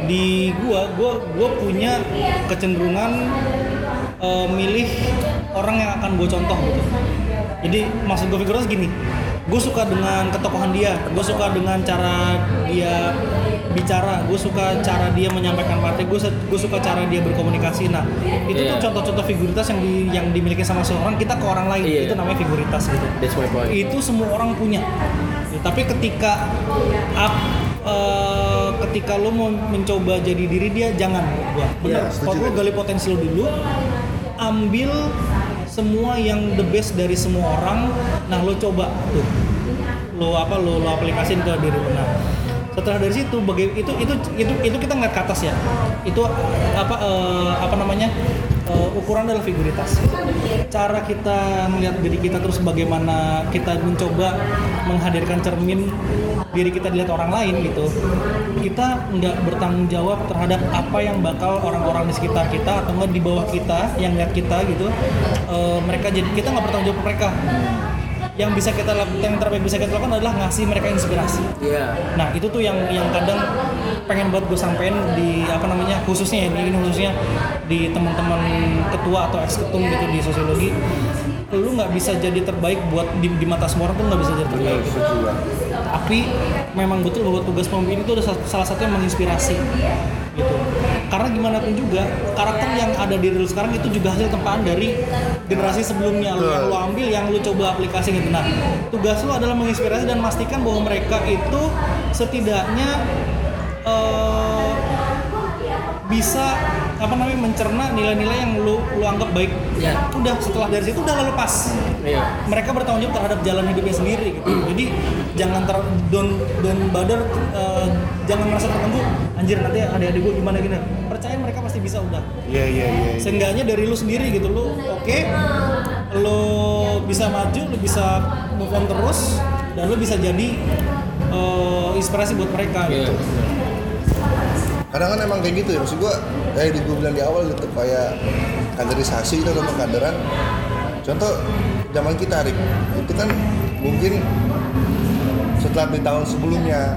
di gua gua gua punya kecenderungan uh, milih orang yang akan gue contoh gitu. Jadi maksud gue figuritas gini, gue suka dengan ketokohan dia, gue suka dengan cara dia bicara, gue suka cara dia menyampaikan materi, gue gue suka cara dia berkomunikasi. Nah itu yeah. tuh contoh-contoh figuritas yang di, yang dimiliki sama seorang kita ke orang lain, yeah. itu namanya figuritas gitu. That's my point. Itu semua orang punya. Ya, tapi ketika up, uh, ketika lo mau mencoba jadi diri dia, jangan gua. Benar. Yeah, kalau lo gali potensi lo dulu, ambil semua yang the best dari semua orang, nah lo coba tuh, lo apa lo lo aplikasiin ke diri lo. Nah setelah dari situ, baga- itu itu itu itu kita ngeliat ke atas ya, itu apa uh, apa namanya uh, ukuran adalah figuritas. Cara kita melihat diri kita terus bagaimana kita mencoba menghadirkan cermin diri kita dilihat orang lain gitu, kita nggak bertanggung jawab terhadap apa yang bakal orang-orang di sekitar kita atau nggak di bawah kita yang lihat kita gitu, e, mereka jadi kita nggak bertanggung jawab ke mereka. Yang bisa kita lakukan, yang terbaik bisa kita lakukan adalah ngasih mereka inspirasi. Yeah. Nah itu tuh yang yang kadang pengen buat gue sampein di apa namanya khususnya ini khususnya di teman-teman ketua atau ex ketum gitu di sosiologi. Lu nggak bisa jadi terbaik buat di, di mata semua orang tuh nggak bisa jadi terbaik gitu. Tapi memang betul bahwa tugas pemimpin itu adalah salah satu yang menginspirasi gitu. Karena gimana pun juga karakter yang ada di lu sekarang itu juga hasil tempaan dari generasi sebelumnya lu yang lu ambil, yang lu coba aplikasi gitu. Nah tugas lu adalah menginspirasi dan memastikan bahwa mereka itu setidaknya uh, bisa apa namanya mencerna nilai-nilai yang lu lu anggap baik. Ya. Udah setelah dari situ udah lalu pas. Iya. Mereka bertanggung jawab terhadap jalan hidupnya sendiri gitu. Jadi jangan ter don don bother uh, jangan merasa terganggu. Anjir nanti adik-adik gue gimana gini. Percaya mereka pasti bisa udah. Iya iya iya. Seenggaknya dari lu sendiri gitu lu oke. Okay, lu bisa maju, lu bisa move on terus dan lu bisa jadi uh, inspirasi buat mereka gitu. Yeah. Kadang kan emang kayak gitu ya, maksud gue kayak gue bilang di awal gitu, kayak kaderisasi itu atau kaderan. Contoh zaman kita Rik, itu kan mungkin setelah di tahun sebelumnya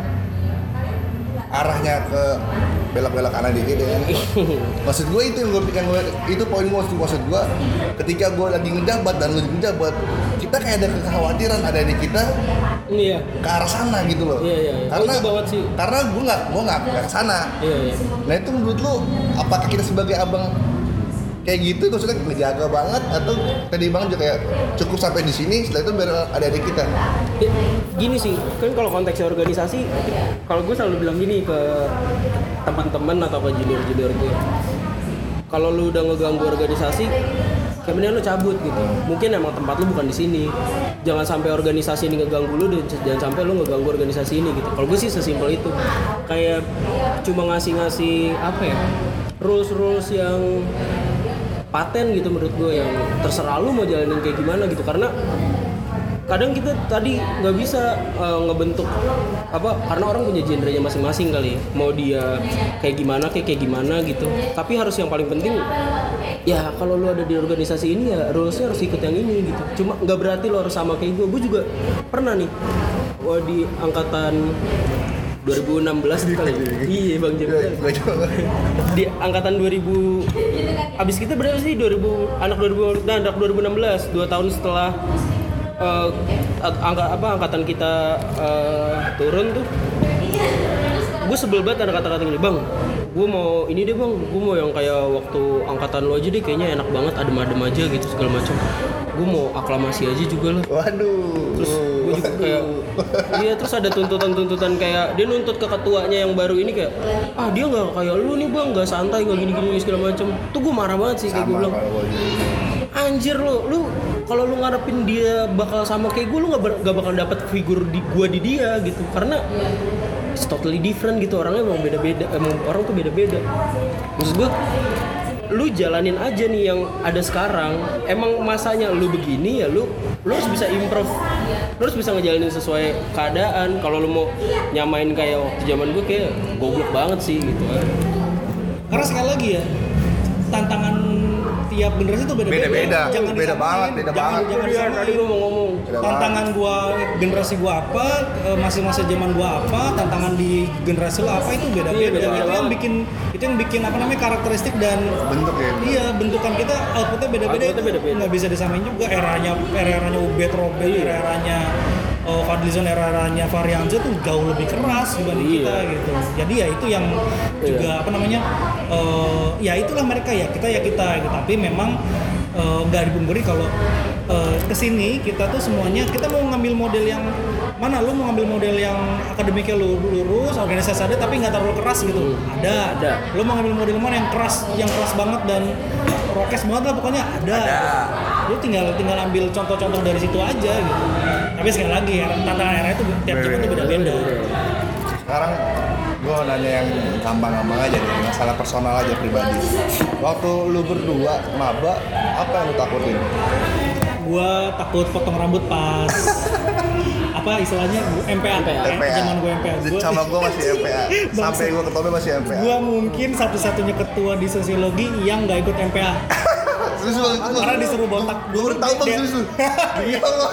arahnya ke belok-belok kanan dikit ya. Maksud gue itu yang gue pikir, itu poin gue, maksud gue ketika gue lagi ngejabat dan lu ngejabat, kita kayak ada kekhawatiran ada di kita iya. ke arah sana gitu loh. Iya, iya. Karena oh, banget sih. Karena gue nggak gue nggak ke sana. Iya, iya. Nah itu menurut lu apakah kita sebagai abang kayak gitu maksudnya ngejaga banget atau tadi bang juga kayak cukup sampai di sini setelah itu biar ada adik kita? Ya, gini sih kan kalau konteksnya organisasi, kalau gue selalu bilang gini ke teman-teman atau ke junior-junior gue, kalau lu udah ngeganggu organisasi, kayak mendingan lu cabut gitu. Mungkin emang tempat lu bukan di sini. Jangan sampai organisasi ini ngeganggu lu dan jangan sampai lu ngeganggu organisasi ini gitu. Kalau gue sih sesimpel itu. Kayak cuma ngasih-ngasih apa ya? Rules-rules yang paten gitu menurut gue, yang terserah lu mau jalanin kayak gimana gitu. Karena kadang kita tadi nggak bisa uh, ngebentuk apa, karena orang punya genrenya masing-masing kali ya. Mau dia kayak gimana kayak kayak gimana gitu. Tapi harus yang paling penting ya kalau lu ada di organisasi ini ya rulesnya harus ikut yang ini gitu. Cuma nggak berarti lu harus sama kayak gue. Gue juga pernah nih wah, di angkatan dua ribu enam belas kali. Iya Bang Jam. Di angkatan dua ribu abis kita berapa sih dua ribu anak dua ribu nah, anak dua ribu enam belas, dua tahun setelah uh, angka apa angkatan kita uh, turun tuh. Gue sebel banget ada kata-kata gini, "Bang, gue mau ini deh Bang, gue mau yang kayak waktu angkatan lo aja deh, kayaknya enak banget, adem-adem aja gitu segala macam. Gue mau aklamasi aja juga lah." Waduh. Terus gue juga kayak iya, terus ada tuntutan-tuntutan kayak dia nuntut ke ketuanya yang baru ini kayak, ah dia nggak kayak lu nih Bang, nggak santai, nggak gini-gini segala macam. Tuh gue marah banget sih. Sama, kayak gue bilang, anjir lo, lu kalau lu ngarepin dia bakal sama kayak gue, lu nggak ber- bakal dapet figur di gue di dia gitu, karena it's totally different gitu, orangnya emang beda-beda, emang orang tuh beda-beda. Maksud gue, lu jalanin aja nih yang ada sekarang. Emang masanya lu begini ya lu lu harus bisa improve, lu harus bisa ngejalanin sesuai keadaan. Kalau lu mau nyamain kayak waktu zaman gue, kayak goblok banget sih gitu. Karena sekali lagi ya, tantangan tiap generasi tuh beda-beda. Beda-beda, Jangan beda disamain. banget, beda jangan, banget. Jangan Iya, disamain. tadi gua mau ngomong. Beda Tantangan gua generasi gua apa, eh, masa-masa zaman gua apa, tantangan di generasi lo apa itu beda-beda. Iya, beda-beda itu yang banget. bikin itu yang bikin apa namanya karakteristik dan Bentuk ya. iya bentukan kita outputnya beda-beda. Outputnya itu beda-beda. nggak bisa disamain juga eranya era-eranya Ubed Robert, Iya. era-eranya uh, Fadlizon, era-eranya Varianza tuh jauh lebih keras dibanding Iya. kita gitu. Jadi ya itu yang juga Iya. apa namanya uh, ya itulah mereka ya kita ya kita gitu. Tapi memang uh, nggak dipungkiri kalau uh, kesini kita tuh semuanya kita mau ngambil model yang mana lu mau ngambil model yang akademiknya lu lurus, organisasi ada tapi nggak terlalu keras gitu. Hmm. Ada. Ada. Lu mau ngambil model mana yang keras, yang keras banget dan rokes banget lah pokoknya ada. Lu tinggal tinggal ambil contoh-contoh dari situ aja gitu. Tapi sekali lagi ya, tantangan era itu tiap zaman tuh beda-beda. Sekarang gue nanya yang gampang-gampang aja deh, masalah personal aja pribadi. Waktu lu berdua maba, apa yang lu takutin? Gua takut potong rambut pas apa istilahnya M P A, M P A. M P A. Zaman gue M P A. Gua, Sama gue masih M P A. Sampai gue ketemu masih M P A. Gua mungkin satu-satunya ketua di sosiologi yang nggak ikut M P A. Serius lu itu Karena disuruh botak. Gue baru tahu bang Dia- serius lu. Iya Allah.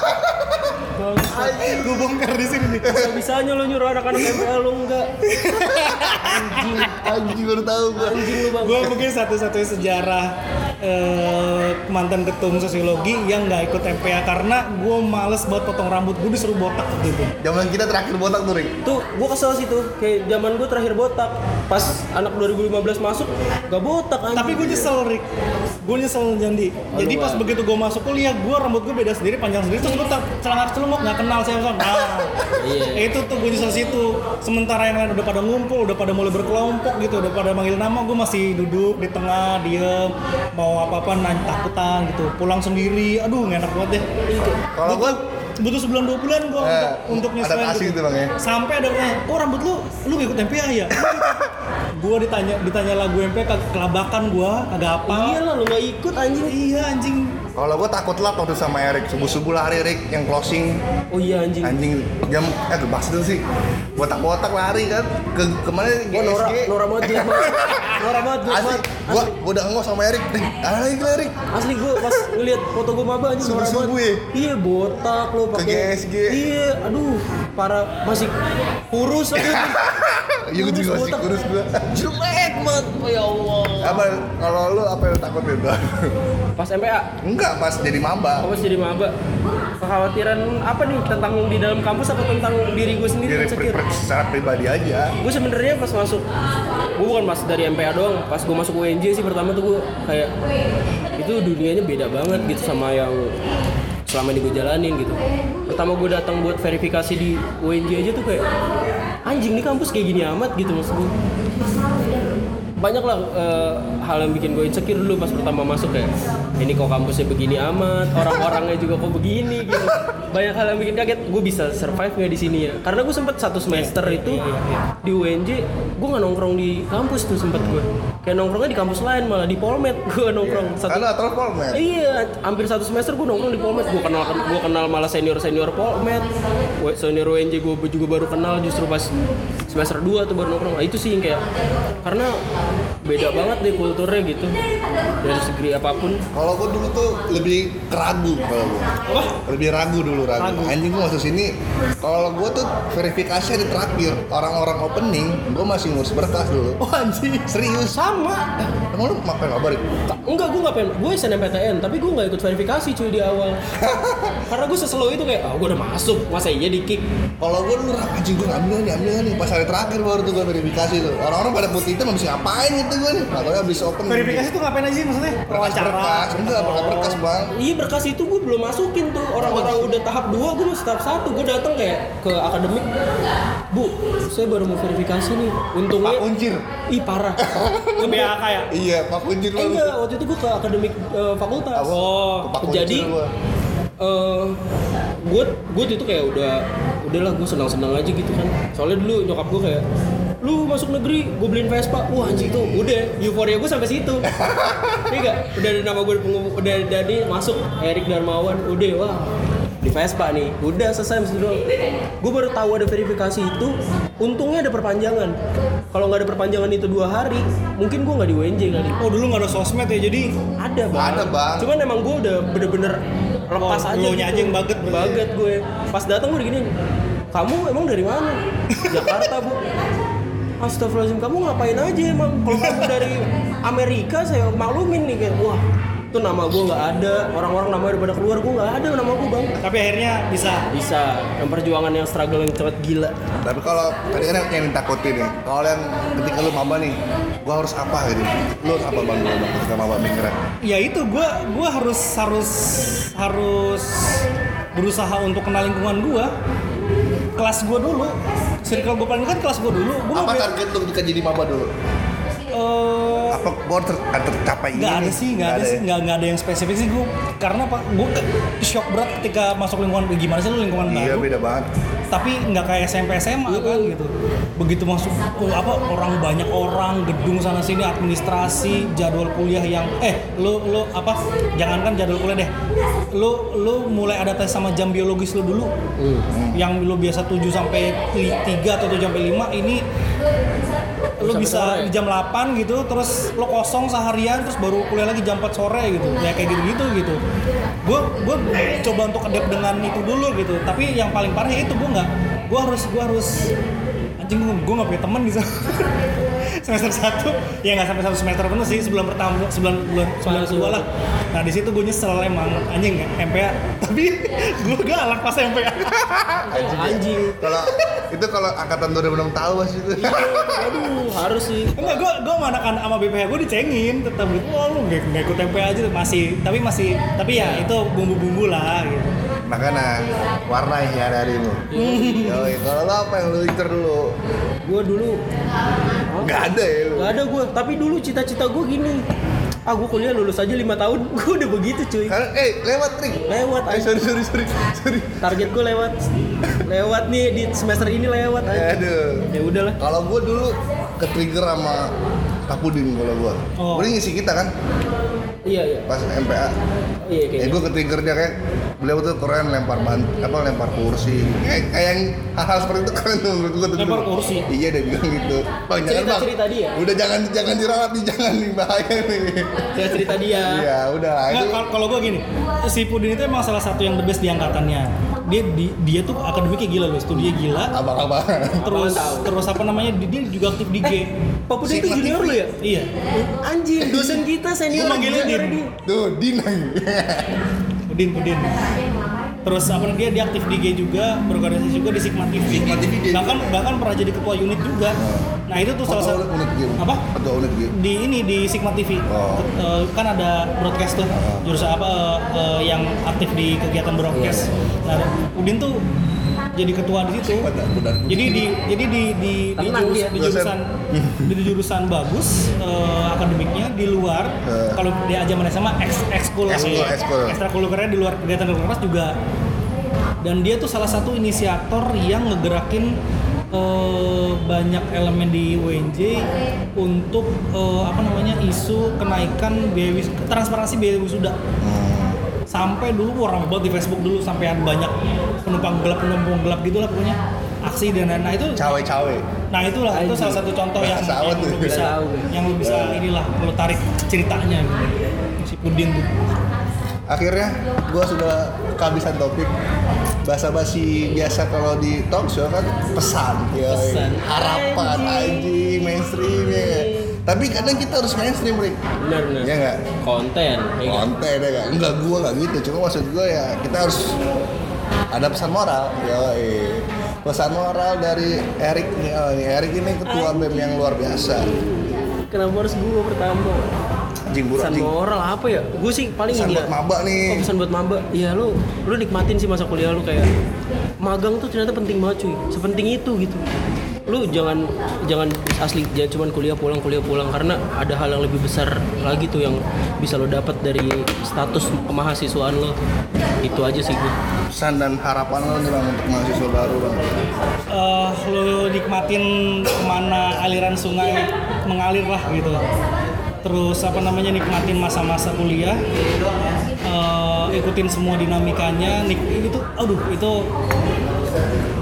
Gue bongkar di sini nih. Bisa-bisanya lo nyuruh anak-anak M P A lo enggak. Anjing. Anjing baru tahu gue. Anjing lu bang. Gue mungkin satu-satunya sejarah eh, mantan ketum sosiologi yang nggak ikut M P A karena gue males banget potong rambut. Gue disuruh botak waktu itu. Zaman kita terakhir botak tuh, Rik. Tuh, gue kesel sih tuh. Kayak zaman gue terakhir botak. Pas anak dua ribu lima belas masuk, gak botak anjing. Tapi gue nyesel, Rick. Gue nyesel Jandi. Jadi pas Bang. begitu gue masuk kuliah, gue rambut gue beda sendiri, panjang sendiri. Terus gue tak celana celumuk nggak kenal saya sama. Nah, Iya. itu tuh gue nyesel situ. Sementara yang lain udah pada ngumpul, udah pada mulai berkelompok gitu, udah pada manggil nama, gue masih duduk di tengah, diem, mau apa-apa nanya takutan gitu. Pulang sendiri, aduh nggak enak banget deh. Kalau gue butuh sebulan dua bulan gue Eh, untuk untuk nyesuaiin adaptasi gitu, Bang, ya? Sampai ada orang, oh rambut lu, lu gak ikut M P A ya? Gue ditanya ditanya lagu M P A kag- kelabakan gue, kagak apa. Iya lah, lu gak ikut anjing. Iya anjing. kalau gue takut lah waktu sama Erik subuh-subuh lari Erik yang closing Oh iya anjing. anjing jam eh gebas itu sih botak-botak lari kan ke kemana G Gua S Nora, G Nora banget jelek banget. Nora banget, jelek asli banget. gua gua udah ngomong sama Erik Rik ada lagi lah, Erik Asli gue pas ngeliat foto gue maba anjing Nora Subuh-subuh banget. ya? Iya botak lo pakai. G S G. Iya, aduh, parah masih kurus lagi. iya gua juga masih botak. kurus gua Jelek banget. Oh ya Allah. apa kalau lu apa yang lu takutin tuh Pas M P A, enggak pas jadi maba apa jadi maba? Kekhawatiran apa nih tentang di dalam kampus atau tentang diri gue sendiri? diri insecure? pri- pri- secara pribadi aja Gue sebenarnya pas masuk, gue bukan pas dari M P A doang. Pas gue masuk U N J sih pertama tuh gue kayak itu dunianya beda banget gitu sama yang selama ini gue jalanin gitu. Pertama gue datang buat verifikasi di U N J aja tuh kayak anjing nih kampus kayak gini amat gitu maksud gue. Banyak lah eh, hal yang bikin gue insecure dulu pas pertama masuk kayak ini kok kampusnya begini amat, orang-orangnya juga kok begini gitu. Banyak hal yang bikin kaget, gue bisa survive nggak di sini ya? Karena gue sempet satu semester itu di U N J, gue nggak nongkrong di kampus tuh sempet gue. Kayak nongkrongnya di kampus lain malah di Polmed gue nongkrong. Satu, karena terus Polmed Iya, hampir satu semester gue nongkrong di Polmed. Gue kenal gue kenal malah senior senior Polmed, senior U N J gue juga baru kenal justru pas semester dua tuh baru nongkrong. Nah, itu sih yang kayak karena beda banget deh kulturnya gitu dari segi apapun. kalau gua dulu tuh lebih ragu kalau gua lebih ragu dulu ragu, Ragu. anjing gua masuk sini kalau gua tuh verifikasi di terakhir orang-orang opening gua masih ngurus berkas dulu Oh anjing. serius Sama. emang lu ngapain kabar Enggak, gue nggak pengen. Gue S N M P T N, tapi gue nggak ikut verifikasi cuy di awal. Karena gue seselo itu kayak, ah gue udah masuk, masa iya di kick. kalau gua dulu ragu anjing gua ambil nih ambil nih pas hari terakhir baru tuh gua verifikasi tuh orang-orang pada putih itu masih ngapain gitu gua nih nggak tahu habis open Verifikasi tuh ngapain aja sih maksudnya? berkas berkas enggak berkas berkas bang Iya berkas itu gue belum masukin tuh. Orang-orang udah tahap dua, gue masih tahap satu. Gue datang kayak ke akademik, Bu, saya baru mau verifikasi nih. Untungnya, Pak Kuncir ih parah. Ke B A K ya? iya Pak Kuncir Eh, lalu enggak, waktu itu gue ke akademik eh, fakultas. Apa? Oh, Ke Pak Kuncir jadi gua. eh gue gue itu kayak udah udahlah gue senang-senang aja gitu kan. Soalnya dulu nyokap gue kayak lu masuk negeri, gue beliin Vespa, wah anjing tuh, udah euforia gue sampai situ. Iya gak? Udah ada nama gue, udah dari masuk Erik Darmawan, udah wah di Vespa nih, udah selesai mesti doang. Gue baru tahu ada verifikasi itu Untungnya ada perpanjangan. Kalau nggak ada perpanjangan itu dua hari, mungkin gue nggak di U N J kali. Oh dulu nggak ada sosmed ya, jadi Ada bang. Ada, Bang. Cuman emang gue udah bener-bener lepas Oh, aja. lo nya aja yang baget berarti. Baget gue. Pas datang gue gini. Kamu emang dari mana? Jakarta bu. Astagfirullahaladzim, kamu ngapain aja emang? Kalau kamu dari Amerika saya maklumin nih kayak wah itu nama gue nggak ada, orang-orang namanya udah pada keluar, gue nggak ada nama gue bang. tapi akhirnya bisa. Bisa, yang perjuangan yang struggle yang cepet gila. Tapi kalau tadi kan yang ditakutin nih, kalau yang ketika lu maba nih, gua harus apa gitu? Lu harus apa bang? Lu bang ketika maba mikirnya? Ya itu gue gue harus harus harus berusaha untuk kenal lingkungan gue, kelas gue dulu, circle gue paling kan kelas gue dulu. Gua Apa mau- target lu ketika jadi maba dulu? Eh, Apa gua ter tercapai ini? nggak ada nih? sih, nggak ada sih, ya? nggak nggak ada yang spesifik sih gue. Karena pak, gue shock berat ketika masuk lingkungan. Gimana sih lu lingkungan Iya baru? beda banget. Tapi nggak kayak S M P S M A kan gitu. Begitu masuk oh, apa orang banyak orang, gedung sana sini, administrasi, jadwal kuliah yang eh lu lu apa? Jangankan jadwal kuliah deh. Lu lu mulai adaptasi sama jam biologis lu dulu. Yang lu biasa tujuh sampai tiga atau tujuh sampai lima ini lu Sampai bisa sore. di jam delapan gitu, terus lu kosong seharian, terus baru kuliah lagi jam empat sore gitu. Ya kayak gitu-gitu gitu. Gue gue coba untuk adapt dengan itu dulu gitu. Tapi yang paling parah ya itu gue nggak, gue harus gue harus anjing gue gue nggak punya teman gitu. Semester satu ya nggak sampai satu semester penuh sih, sebulan pertama sebulan bulan sebulan kedua lah. Nah di situ gue nyesel emang anjing M P A, tapi gue galak pas M P A. Anjing. ya. Anjing. Kalau itu kalau angkatan dua ribu enam tahu mas itu. Aduh, harus sih. Enggak, gue gue sama anak sama B P H gue dicengin tetap gitu. Wah lu nggak nggak ikut M P A aja masih, tapi masih, tapi ya itu bumbu-bumbu lah gitu. Makanya warna ya dari lu. Yoi, kalau lu apa yang lu incer dulu? Gue dulu Nggak ada ya lu. Gak ada gue, tapi dulu cita-cita gue gini. Ah gue kuliah lulus aja lima tahun, gue udah begitu cuy. Karena eh lewat trik. Lewat Eh aja. sorry sorry sorry sorry. Target gue lewat. Lewat nih di semester ini lewat aja. Aduh. Ya udahlah. Kalau gue dulu ke trigger sama Tapudin kalau gue. Oh. Gue ngisi kita kan Iya iya. pas M P A. Oh, iya Ya kayaknya. gue ke trigger dia kayak beliau tuh keren lempar ban apa lempar kursi. Kayak kayak yang hal-hal seperti itu keren tuh menurut gue tuh. Lempar dulu. kursi? Iya dia bilang gitu. Bang jangan bang. Cerita-cerita dia? Udah jangan jangan dirawat nih jangan nih bahaya nih. Saya cerita dia. Iya udah lah, Nggak, itu. kal- kalau gue gini, si Pudin itu emang salah satu yang the best di angkatannya. Dia di, dia tuh akademiknya gila loh, studinya gila. Abang-abang. Terus Abang tahu. terus apa namanya? Dia dia juga aktif di G. Pak Pudin itu Sigma junior T V. lu ya? Iya. Anjing, dosen kita senior. Gua manggilnya junior Din. dia. Tuh Dinang. Pudin Pudin. Terus apa dia dia aktif di G juga, berorganisasi juga di Sigma T V. Sigma T V dia Bahkan bahkan pernah jadi ketua unit juga. Nah, itu tuh salah satu Ketua unit game. apa? Ketua unit game. Di ini di Sigma T V. Oh. Eh, kan ada broadcast tuh jurusan apa eh, eh, yang aktif di kegiatan broadcast. Nah, Udin tuh jadi ketua di situ. Benar, benar. Jadi di jadi di di di, Tenang jurus- dia. di jurusan di jurusan bagus eh, akademiknya di luar Eh. kalau dia aja mana sama eks ekskul Ekskul, ekskul. ekstrakurikulernya di luar kegiatan kelas juga. Dan dia tuh salah satu inisiator yang ngegerakin eh, banyak elemen di U N J untuk eh, apa namanya isu kenaikan biaya wis- transparansi biaya wisuda. Sampai dulu orang banget di Facebook dulu sampai ada banyak penumpang gelap penumpang gelap gitulah pokoknya aksi dan lain-lain. Nah itu Cawe-cawe. nah itulah itu salah satu contoh yang, Bahasa yang awet lu tuh. bisa yang lu bisa inilah lu tarik ceritanya gitu. Si Pudin tuh. Akhirnya gua sudah kehabisan topik. Basa-basi biasa kalau di talk show kan pesan, yoi. Pesan. Harapan anjing mainstream ya. Tapi kadang kita harus mainstream, Rick. Benar benar. Iya nggak? Konten. ya kan? Konten ya nggak? Enggak, gua nggak gitu. Cuma maksud gua ya kita harus ada pesan moral. Yoi. Pesan moral dari Erik nih. Oh, ini Erik ini ketua B E M yang luar biasa. Kenapa harus gue pertama? Anjing buruk Pesan anjing. moral apa ya? Gue sih paling Pesan ini buat ya. maba nih. Oh, pesan buat maba. Iya lu lu nikmatin sih masa kuliah lu kayak magang tuh ternyata penting banget cuy. Sepenting itu gitu. Lu jangan jangan asli jangan cuma kuliah pulang kuliah pulang karena ada hal yang lebih besar lagi tuh yang bisa lo dapat dari status kemahasiswaan lo. Itu aja sih gue. Pesan dan harapan lo nih bang untuk mahasiswa baru bang. Eh, lu nikmatin kemana aliran sungai mengalir lah gitu. Terus apa namanya nikmatin masa-masa kuliah, eh, ikutin semua dinamikanya. Nik itu, aduh itu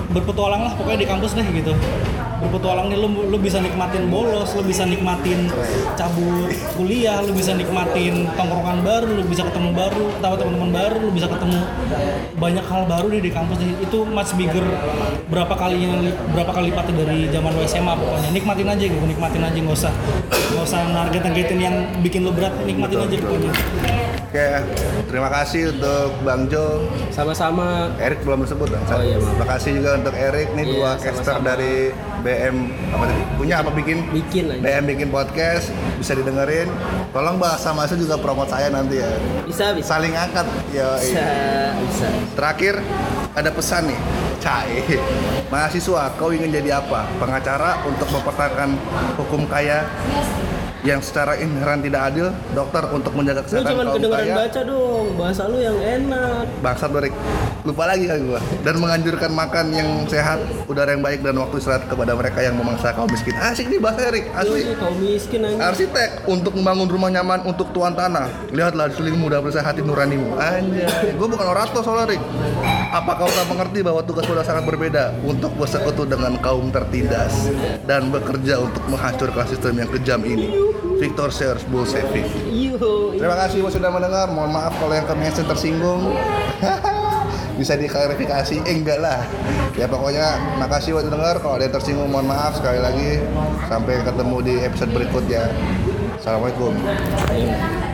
berpetualang lah pokoknya di kampus deh gitu. Berpetualang nih, lu lu bisa nikmatin bolos, lu bisa nikmatin cabut kuliah, lu bisa nikmatin tongkrongan baru, lu bisa ketemu baru, tahu teman-teman baru, lu bisa ketemu banyak hal baru nih di kampus nih. Itu much bigger berapa kalinya berapa kali lipat dari zaman lu S M A pokoknya. Nikmatin aja gitu, nikmatin aja, nggak usah nggak usah narget-nargetin yang bikin lu berat, nikmatin aja pokoknya. Oke, terima kasih untuk Bang Jo. Sama-sama. Erik belum disebut Bang. Oh, iya, maaf. Terima kasih juga untuk Erik nih, Iya, dua sama-sama. caster dari B M apa tadi? Punya apa bikin? Bikin aja. B M bikin podcast, bisa didengerin. Tolong bahasa Mas juga promote saya nanti ya. Bisa, bisa. Saling angkat. Ya. Bisa, bisa. Terakhir ada pesan nih. Cai. Mahasiswa, kau ingin jadi apa? Pengacara untuk mempertahankan hukum kaya yang secara inherent tidak adil, dokter untuk menjaga Lu kesehatan jangan kaum kedengeran kaya. baca dong, bahasa lu yang enak. Bangsat Dorik, lupa lagi kan gua. Dan menganjurkan makan yang sehat, udara yang baik dan waktu istirahat kepada mereka yang memangsa kaum miskin. Asik nih bahasa Erik, asli. Asli, kau miskin aja. Arsitek untuk membangun rumah nyaman untuk tuan tanah. Lihatlah di sekelilingmu dan bersih hati nuranimu. Anjay, gua bukan orator soalnya Rik. Apa kau tak mengerti bahwa tugas sudah sangat berbeda untuk bersekutu dengan kaum tertindas dan bekerja untuk menghancurkan sistem yang kejam ini. Victor Sears Bolshevik. Yo. Terima kasih buat sudah mendengar. Mohon maaf kalau yang kami yang tersinggung. Bisa diklarifikasi, eh enggak lah. Ya pokoknya makasih buat dengar. Kalau ada yang tersinggung mohon maaf sekali lagi. Sampai ketemu di episode berikutnya. Assalamualaikum.